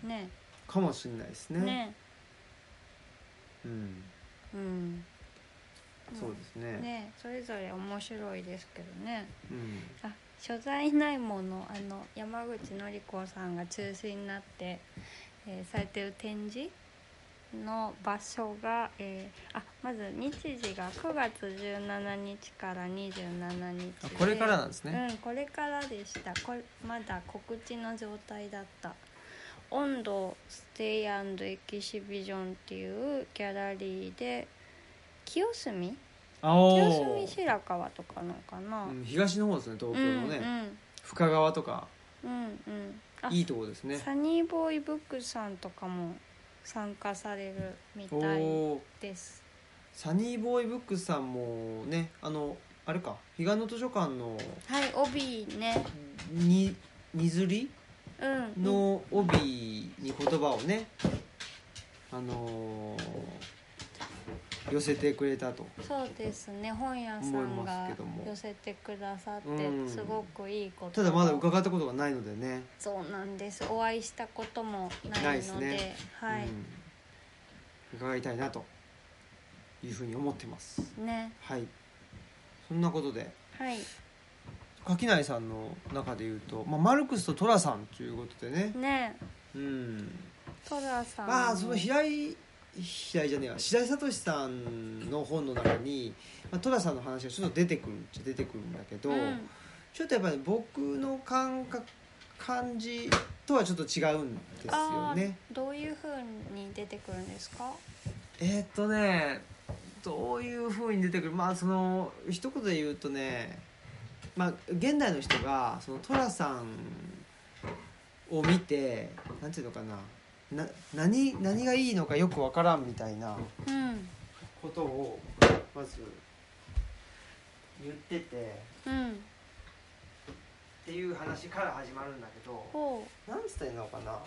ねかもしれないですね。 ねうんうん、 そうですね。 ねそれぞれ面白いですけどね。 うん、 あ所在ないものあの山口のり子さんが中心になって、えー、されてる展示の場所が、えー、あまず日時がくがつじゅうしちにちからにじゅうしちにちでこれからなんですね。 うんこれからでしたこれまだ告知の状態だった。温度ステイ&エキシビジョンっていうギャラリーで清澄清澄白河とかのかな、 うん、東の方ですね東京のね、 うんうん、 深川とか、 うんうんいいとこですね。 サニーボーイブックさんとかも参加されるみたいです。 サニーボーイブックさんもねあのあれか彼岸の図書館のはい帯ねににずりうんの帯に言葉をねあのー、寄せてくれたとそうですね本屋さんが寄せてくださって、うん、すごくいいこと。 ただまだ伺ったことがないのでね。 そうなんですお会いしたこともないので、 ないですね、 はい、 うん、伺いたいなというふうに思ってますね。 はいそんなことではい垣内さんの中でいうと、まあ、マルクスとトラさんということでねねうんトラさんまあその平井平井じゃねえわ白井聡さんの本の中に、まあ、トラさんの話がちょっと出てくるっちゃ出てくるんだけど、うん、ちょっとやっぱり、ね、僕の感覚感じとはちょっと違うんですよね。 どういう風に出てくるんですか？ えー、っとねどういう風に出てくるまあその一言で言うとねまあ現代の人がそのトラさんを見てなんていうのかなな 何, 何がいいのかよくわからんみたいなことをまず言ってて、 うん、 っていう話から始まるんだけどなんつったらいいのかな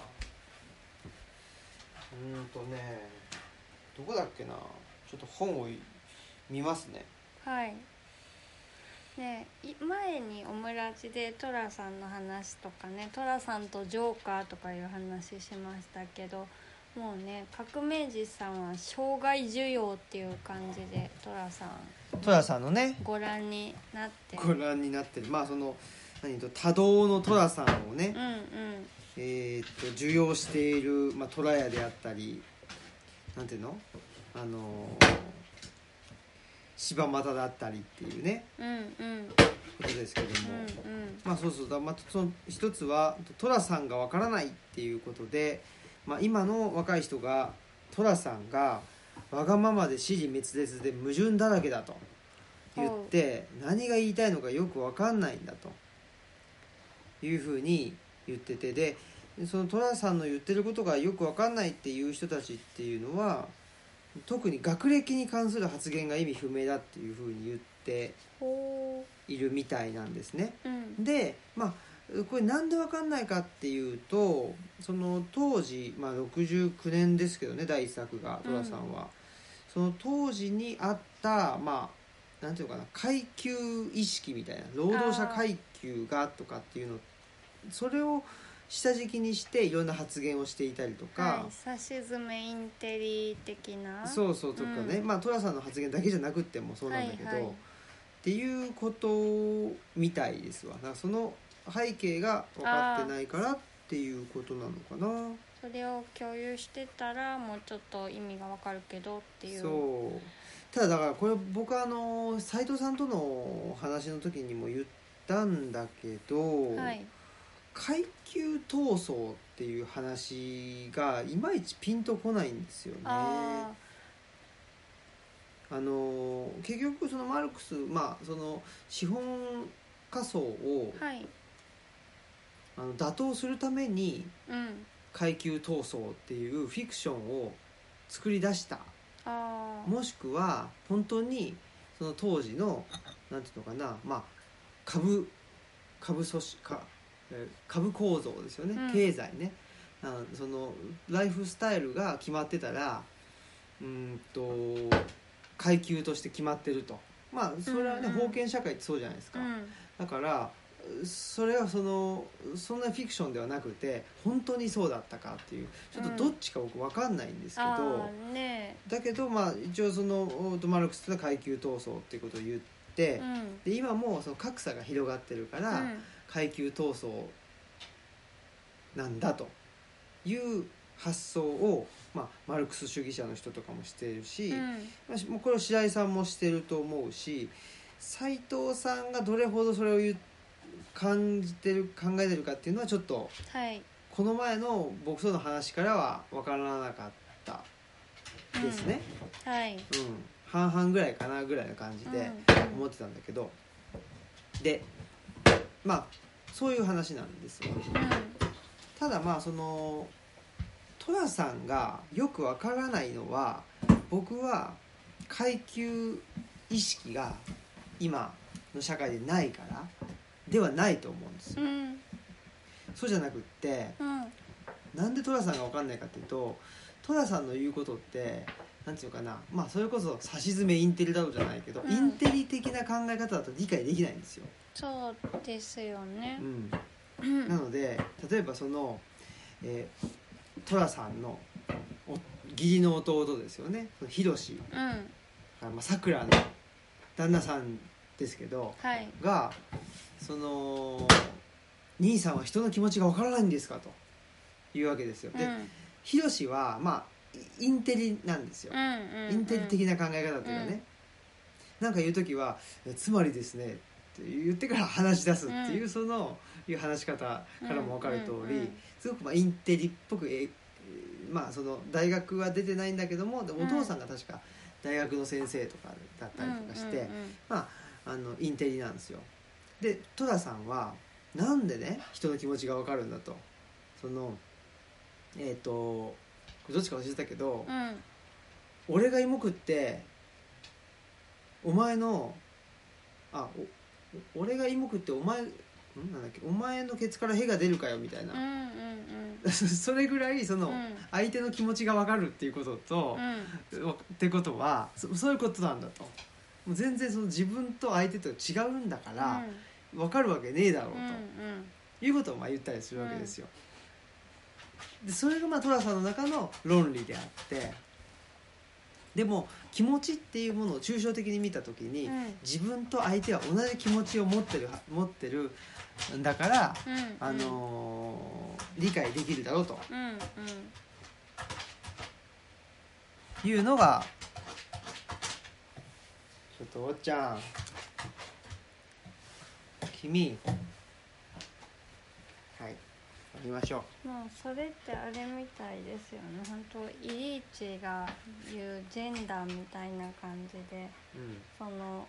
うんとねどこだっけなちょっと本を見ますね。 はいね、前にオムラジでトラさんの話とかねトラさんとジョーカーとかいう話しましたけどもうね革命児さんは生涯需要っていう感じでトラさんトラさんのねご覧になってご覧になってるまあその何と多動のトラさんをね、 うんうんえー、っと受容している、まあ、トラヤであったりなんていうのあのー柴又だったりっていうね、 うんうん、 ことですけども、 うんうん、 まあそうそうだ、まあ、その一つはトラさんがわからないっていうことで、まあ、今の若い人がトラさんがわがままで支持滅裂で矛盾だらけだと言って何が言いたいのかよくわかんないんだというふうに言っててでそのトラさんの言ってることがよくわかんないっていう人たちっていうのは特に学歴に関する発言が意味不明だっていうふうに言っているみたいなんですね、 うん、 でまあこれなんで分かんないかっていうとその当時、まあ、ろくじゅうきゅうねんですけどね第一作がトラさんは、うん、その当時にあったまあなんていうのかな階級意識みたいな労働者階級がとかっていうのそれを下敷きにしていろんな発言をしていたりとか、 はい、さしずめインテリ的なそうそうとかね、うん、まあトラさんの発言だけじゃなくってもそうなんだけど、はいはい、っていうことみたいですわ。だからその背景が分かってないからっていうことなのかな。 それを共有してたらもうちょっと意味が分かるけどっていう。 そうただだからこれ僕はあの斉藤さんとの話の時にも言ったんだけど、はい、階級闘争っていう話がいまいちピンとこないんですよね。ああの結局そのマルクス、まあ、その資本家層を、はい、あの打倒するために階級闘争っていうフィクションを作り出した、あもしくは本当にその当時のなんていうのかな、まあ、株株組織か株構造ですよね、うん、経済ね、あそのライフスタイルが決まってたらうんと階級として決まってると、まあそれはね、うんうん、封建社会ってそうじゃないですか、うん、だからそれはそのそんなフィクションではなくて本当にそうだったかっていうちょっとどっちか僕分かんないんですけど、うんね、だけどまあ一応そのマルクスの階級闘争っていうことを言って、うん、で今もその格差が広がってるから、うん、階級闘争なんだという発想を、まあ、マルクス主義者の人とかもしているし、うん、もうこれを白井さんもしてると思うし、斉藤さんがどれほどそれを言感じてる考えてるかっていうのはちょっと、はい、この前の僕との話からは分からなかったですね、うんはいうん、半々ぐらいかなぐらいの感じで思ってたんだけど、うん、でまあそういう話なんですよ、うん、ただまあその寅さんがよく分からないのは、僕は階級意識が今の社会でないからではないと思うんですよ、うん、そうじゃなくって、うん、なんで寅さんが分かんないかっていうと、寅さんの言うことってなんていうかな、まあそれこそさしずめインテリだろうじゃないけど、うん、インテリ的な考え方だと理解できないんですよ。 そうですよね、 うん、なので例えばその、えー、寅さんの義理の弟ですよね、ひろしさくらの旦那さんですけど、はい、がその兄さんは人の気持ちがわからないんですかというわけですよ。で、ひろしはまあインテリなんですよ、うんうんうん、インテリ的な考え方というかね、うん、なんか言うときはつまりですねって言ってから話し出すっていう、うん、そのいう話し方からも分かる通り、うんうんうん、すごくまあインテリっぽく、えまあその大学は出てないんだけども、お父さんが確か大学の先生とかだったりとかして、うんうんうん、まああのインテリなんですよ。で寅さんはなんでね人の気持ちが分かるんだと、そのえっ、ー、とどっちか忘れたけど、うん、俺が芋食ってお前のあお俺が芋食ってお前んなんだっけお前のケツから屁が出るかよみたいな、うんうんうん、それぐらいその、うん、相手の気持ちが分かるっていうことと、うん、ってことは そ, そういうことなんだと、もう全然その自分と相手と違うんだから、うん、分かるわけねえだろうと、うんうん、いうことをまあ言ったりするわけですよ、うん、でそれがまあ寅さんの中の論理であって、でも気持ちっていうものを抽象的に見たときに、うん、自分と相手は同じ気持ちを持ってる持ってるんだから、うんうん、あのー、理解できるだろうと、うんうん、いうのがちょっとおっちゃん君はい見ましょう。もうそれってあれみたいですよね、本当イリーチが言うジェンダーみたいな感じで、うん、その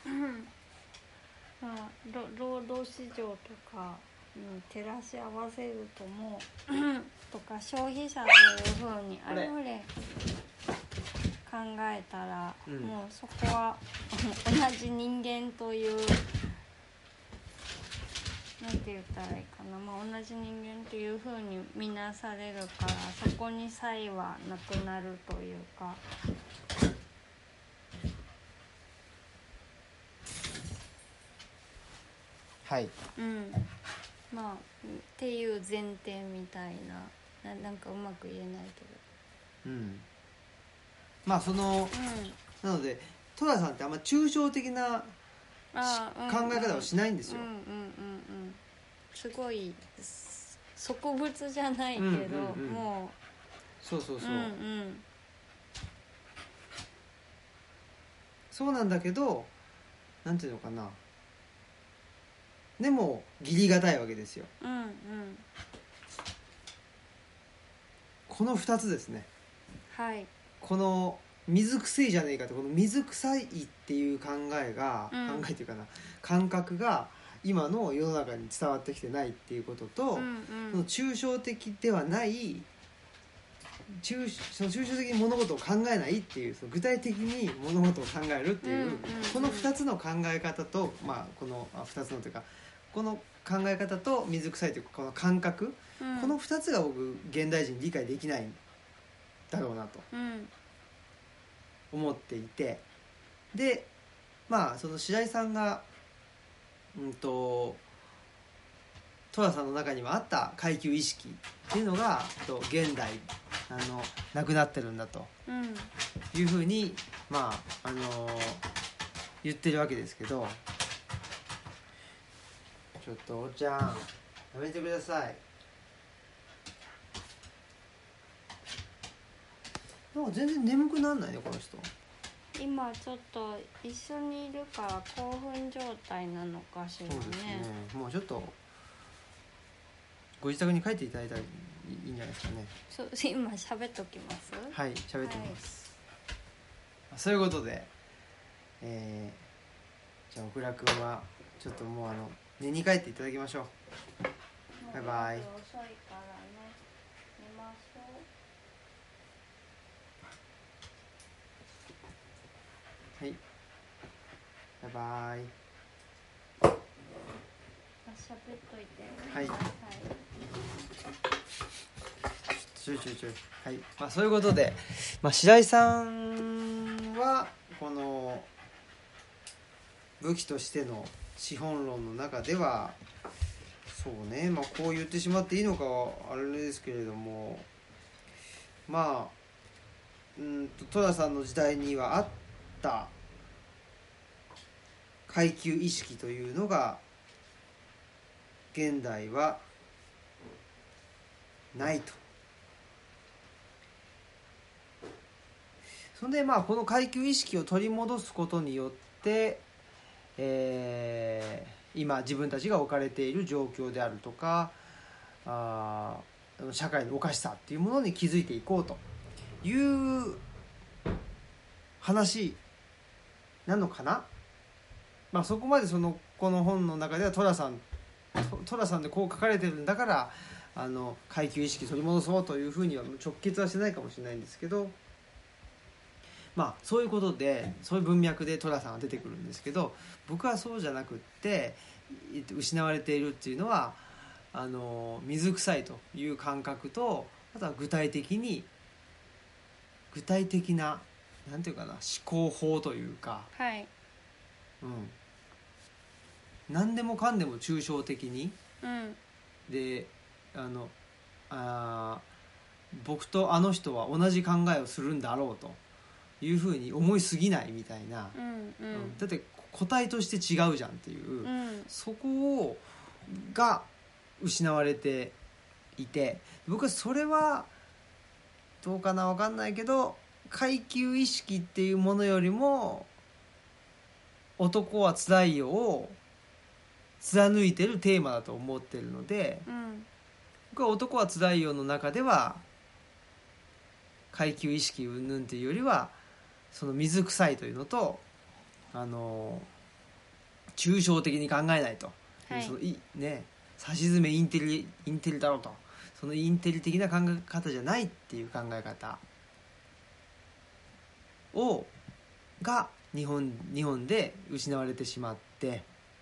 まあ、労働市場とかに照らし合わせるともとか消費者というふうにあれこれ考えたら、うん、もうそこは同じ人間というなんて言ったらいいかな、まあ、同じ人間というふうに見なされるから、そこに差異はなくなるというか。 はい、 うん、まあっていう前提みたいな、 な, なんかうまく言えないけど、うん、まあその、うん、なので寅さんってあんま抽象的な考え方をしないんですよ、うんうんうんうん、 すごい植物じゃないけど、うんうんうん、もうそうそうそう、 うんうん、 そうなんだけどなんていうのかな、でも義理がたいわけですよ、 うんうん、 このふたつですね。 はい。 この水臭いじゃねえかって、この水臭いっていう考えが、 うん、 考えっていうかな、感覚が今の世の中に伝わってきてないっていうことと、 うんうん、 その抽象的ではない抽その抽象的に物事を考えないっていう、その具体的に物事を考えるっていう、うんうんうん、このふたつの考え方と、まあ、このふたつのというかこの考え方と水臭いというかこの感覚、うん、このふたつが僕現代人理解できないんだろうなと思っていて、でまあその白井さんがうんと寅さんの中にはあった階級意識っていうのがと現代あのなくなってるんだというふうに、まああのー、言ってるわけですけど、ちょっとおちゃんやめてください。なんか全然眠くなんないねこの人。 今ちょっと一緒にいるから興奮状態なのかしらね。そうですね。 もうちょっとご自宅に帰っていただいたらいいんじゃないですかね。 そう今喋っときます。 はい喋ってます、はい、そういうことで、えー、じゃあ奥倉くんはちょっともうあの寝に帰っていただきましょう。バイバイ。 遅いからね、寝ましょう。はい、バイバイ。 喋っといて。 はい。はい。ちょいちょいちょい。はい。まあそういうことで、まあ白井さんはこの武器としての資本論の中では、そうね、まあこう言ってしまっていいのかはあれですけれども、まあうんと戸田さんの時代にはあった階級意識というのが現代はないと。それでまあこの階級意識を取り戻すことによって、えー、今自分たちが置かれている状況であるとか、あ社会のおかしさっていうものに気づいていこうという話なのかな。まあそこまでそのこの本の中では寅さん寅さんでこう書かれてるんだからあの階級意識取り戻そうというふうには直結はしてないかもしれないんですけど、まあそういうことでそういう文脈で寅さんが出てくるんですけど、僕はそうじゃなくって失われているっていうのはあの水臭いという感覚と、あとは具体的に具体的ななんていうかな思考法というか、 はい、 うん、何でもかんでも抽象的に、 うん、 であのあ僕とあの人は同じ考えをするんだろうというふうに思いすぎないみたいな、 うんうんうん、 だって個体として違うじゃんっていう、 うん、 そこをが失われていて、僕はそれはどうかな分かんないけど階級意識っていうものよりも男はつらいよを貫いてるテーマだと思ってるので、 うん、 僕は男はつらいよの中では階級意識云々というよりはその水臭いというのとあの抽象的に考えないと、はい、そのいねさしずめインテリインテリだろうと、そのインテリ的な考え方じゃないっていう考え方をが日本日本で失われてしまって、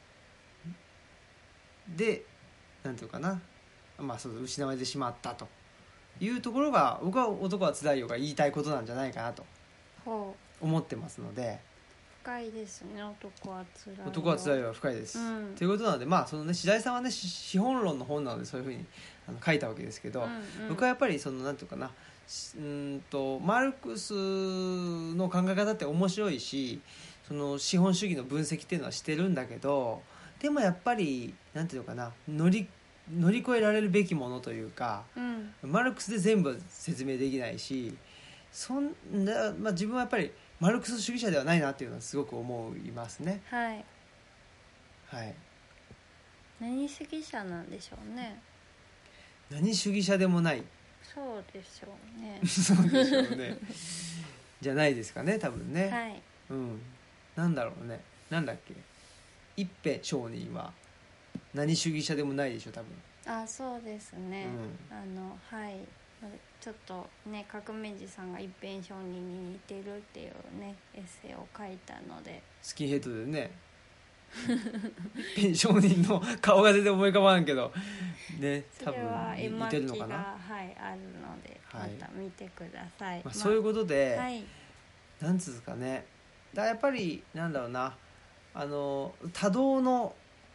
でなんていうかな、まあそう失われてしまったというところが僕は男はつらいよが言いたいことなんじゃないかなと思ってますので。 深いですね。男はつらいよ男はつらいよは深いです、うん、ということなので、まあそのね白井さんはね資本論の本なのでそういうふうにあの書いたわけですけど、うんうん、僕はやっぱりそのなんていうかな、うんとマルクスの考え方って面白いし、その資本主義の分析っていうのはしてるんだけど、でもやっぱりなんていうのかな、乗り乗り越えられるべきものというか、 うん、 マルクスで全部説明できないし、そんな、まあ、自分はやっぱりマルクス主義者ではないなっていうのはすごく思いますね。 はい、 はい、 何主義者なんでしょうね。 何主義者でもない。 そうでしょうねそうでしょうねじゃないですかね多分ね。 はい、 うん、なんだろうね、なんだっけ、一辺上人は何主義者でもないでしょ多分。 あ、そうですね、 うん、 あのはいちょっとね革命児さんが一辺上人に似てるっていうねエッセイを書いたので、 スキンヘッドでね一辺上人の顔が全然思い浮かばんけどね、多分似てるのかな。 はい、あるので、はい、また見てください。 まあ、そういうことで、 まあ、はい、 なんつうかね、だからやっぱりなんだろうな、あの多動の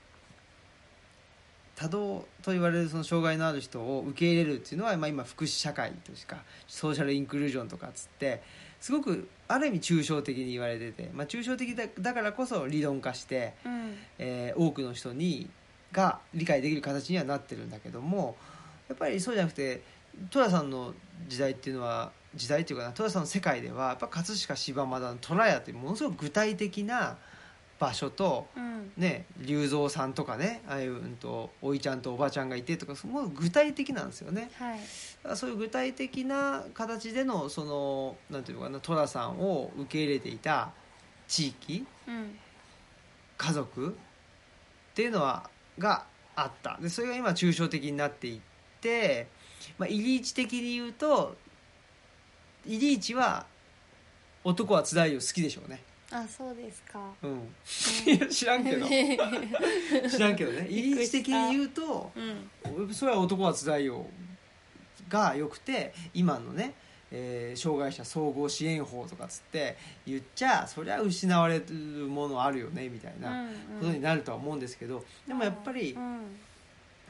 多動と言われるその障害のある人を受け入れるっていうのは、まあ、今福祉社会としかソーシャルインクルージョンとかっつってすごくある意味抽象的に言われてて、まあ、抽象的だ、だからこそ理論化して、 うん、 えー、多くの人にが理解できる形にはなってるんだけども、やっぱりそうじゃなくて戸田さんの時代っていうのは時代っていうかな、戸田さんの世界ではやっぱ葛飾柴又の虎屋っていうものすごく具体的な場所と、 うんね、龍造さんとかね、ああいう、うんと、おいちゃんとおばちゃんがいてとか、すごい具体的なんですよね。 はい、 だからそういう具体的な形でのそのなんていうのかな、寅さんを受け入れていた地域、 うん、 家族っていうのはがあった。でそれが今抽象的になっていって、まあ、イリーチ的に言うとイリーチは男は津田井を好きでしょうね。 あ、そうですか。 うん、いや知らんけど知らんけどね、イリーチ的に言うと、うん、それは男はつらいよがよくて、今のね、えー、障害者総合支援法とかつって言っちゃそりゃ失われるものあるよねみたいなことになるとは思うんですけど、うんうん、でもやっぱり、うん、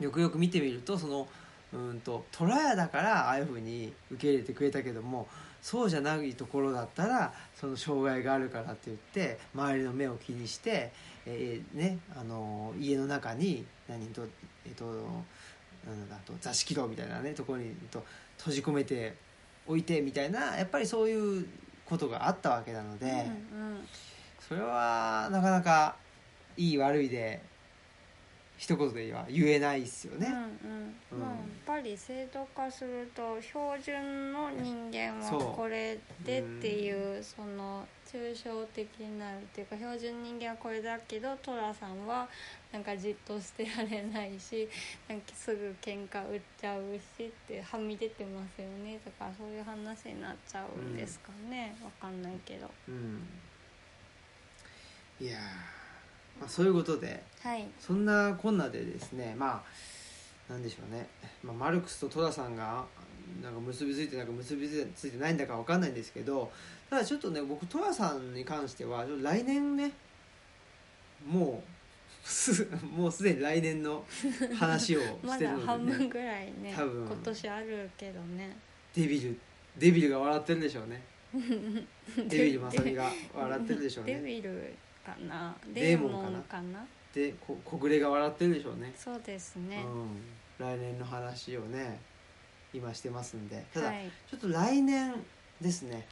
よくよく見てみるとそのうんと虎屋だからああいう風に受け入れてくれたけども、そうじゃないところだったらその障害があるからって言って周りの目を気にして、えーね、あの家の中に何と、えーと、なんだと座敷牢みたいな、ね、ところにと閉じ込めておいてみたいな、やっぱりそういうことがあったわけなので、うんうん、それはなかなかいい悪いで一言では言えないですよね。うんうんうん、まあ、やっぱり制度化すると標準の人間はこれでっていう、その抽象的になるっていうか、標準人間はこれだけど寅さんはなんかじっとしてられないし、なんかすぐ喧嘩売っちゃうしってはみ出てますよねとか、そういう話になっちゃうんですかね、うん、わかんないけど、 うん、いやまあ、そういうことで、はい、そんなこんなでですね、まあなんでしょうね、まあ、マルクスと戸田さんがなんか結びついてなんか結びついてないんだか分かんないんですけど、ただちょっとね僕戸田さんに関しては来年ねもうすもうすでに来年の話をしてるので、ね、 まだ半分ぐらいね多分今年あるけどね、 デビルデビルが笑ってるでしょうねデビルまさみが笑ってるでしょうねデビルかな、デーモンかなでこ小暮が笑ってるでしょうね。 そうですね、 うん、来年の話をね今してますんで、ただ、はい、ちょっと来年ですね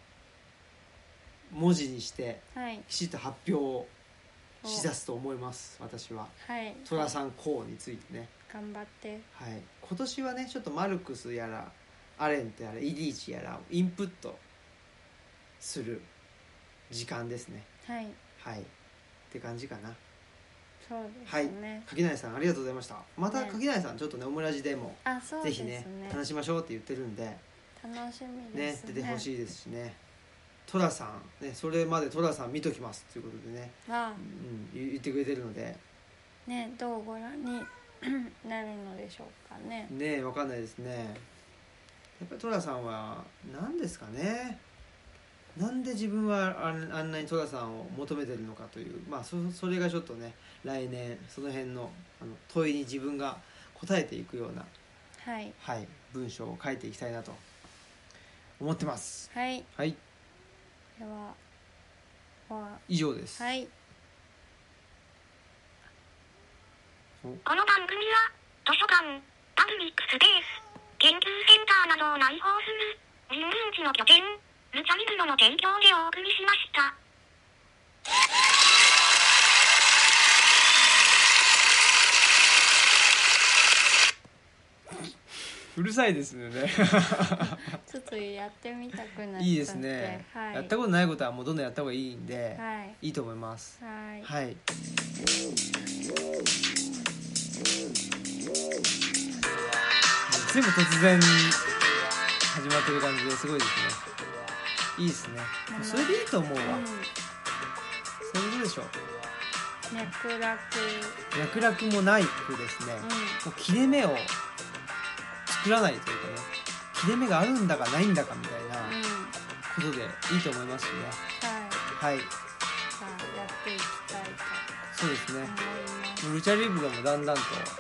文字にしてきちっと発表をしだすと思います、私は。はい、寅さん公についてね頑張って、 はい、今年はねちょっとマルクスやらアレントやらイリーチやらをインプットする時間ですね。はいはいって感じかな。 そうですね、はい、 柿内さんありがとうございました。また柿内さんちょっとねオムラジでもあそうですね、 ぜひね話しましょうって言ってるんで楽しみですね、 ね出てほしいですしね。寅さん、ね、それまで寅さん見ときますということでね、ああ、うん、言ってくれてるのでね、どうご覧になるのでしょうかね。 ね分かんないですね。やっぱり寅さんは何ですかね、なんで自分はあんなに寅さんを求めてるのかという、まあ そ, それがちょっとね来年その辺の、あの問いに自分が答えていくような、はいはい、文章を書いていきたいなと思ってます。はい、はい、ではは以上です。はい。 この番組は図書館、パブリックスペース、研究センターなどを内包する人文地の拠点、ルチャリブロの提供でお送りしました。 うるさいですよねちょっとやってみたくなっちゃって。 いいですね、はい、やったことないことはもうどんどんやった方がいいんで、はい、いいと思います。 はい、 はい、全部突然始まってる感じですごいですね。いいですね、もうそれでいいと思うわ、うん、そういうことでしょう。 脈絡脈絡もない句ですね、うん、もう切れ目を作らないというかね、切れ目があるんだかないんだかみたいなことでいいと思いますしね、 はい、 はい、じゃあやっていきたいとそうですね、 思います。 ルチャリブロもだんだんと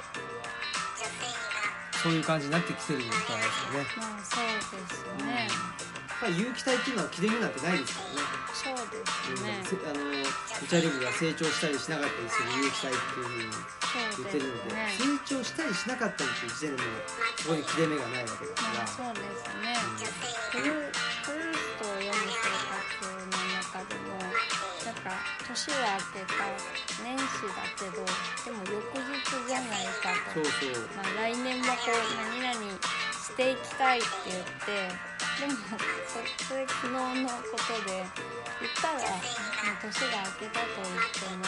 そういう感じになってきてるんじゃないですかね。 まあそうですね、うん、やっぱり有機体っていうのは切れ目なんてないですからね。 そうですね、 うん、あのルチャリブロが成長したりしなかったりする有機体っていうふうに言ってるので、ね、成長したりしなかったりっていう時点でもそこに切れ目がないわけだから、 まあ、そうですね、うん、フルフルーツを読む生活の中でもなんか年は明けた年始だけどでも翌日じゃないかと、 そうそう、 まあ、来年もこう何々していきたいって言ってでも そ, それ昨日のことで言ったらもう年が明けたと言っても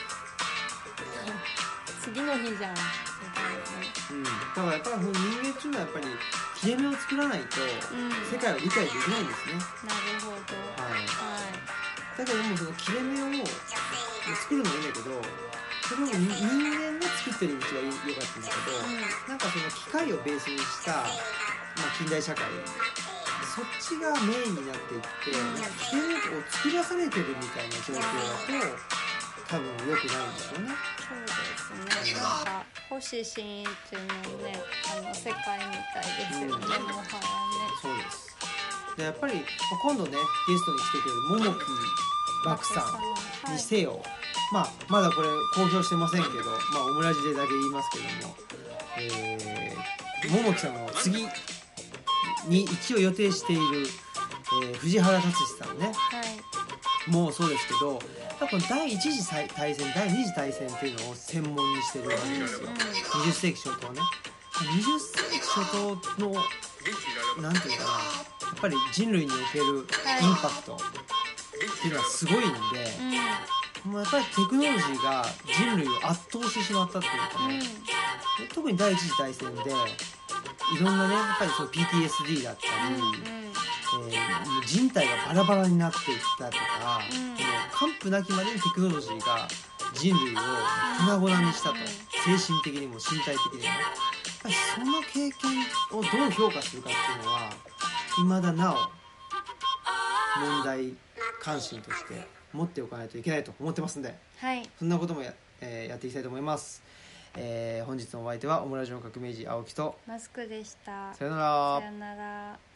次の日じゃんみたいなね、 うん、だからやっぱり人間っていうのはやっぱり切れ目を作らないと世界を理解できないんですね、 うん、なるほど、 はいはい、 だけどもその切れ目を作るのもいいんだけどそれを人間が作ってる道が良かったんだけど、うん、なんかその機械をベースにした、まあ、近代社会そっちがメインになっていって、うん、切れ目を作らされてるみたいな状況だと多分良くないんでしょうね。 そうですね、なんか星新一のねあの世界みたいですよね、うん、もはやね。 そうです。でやっぱり今度ねゲストに来てくれるももきばくさんにせよ、はい、まあまだこれ公表してませんけど、まあオムラジでだけ言いますけども、えー、ももきさんの次に一応予定している、えー、藤原竜さんね、 はい、 もうそうですけど多分第一次大戦第二次大戦っていうのを専門にしてるわけですよ、うん、にじゅっ世紀初頭ね。にじゅっ世紀初頭のなんていうかな、やっぱり人類におけるインパクトっていうのはすごいんで、うん、もうやっぱりテクノロジーが人類を圧倒してしまったっていうかね、うん、特に第一次大戦でいろんなねやっぱりその ピーティーエスディー だったり、うんうん、えー、人体がバラバラになっていったとか、うん、完膚なきまでにテクノロジーが人類を粉々にしたと、精神的にも身体的にもやっぱりその経験をどう評価するかっていうのは未だなお問題関心として持っておかないといけないと思ってますんで、 はい、 そんなことも や,、えー、やっていきたいと思います。えー、本日のお相手はオムラジオ革命児青木とマスクでした。 さよなら。 さよなら。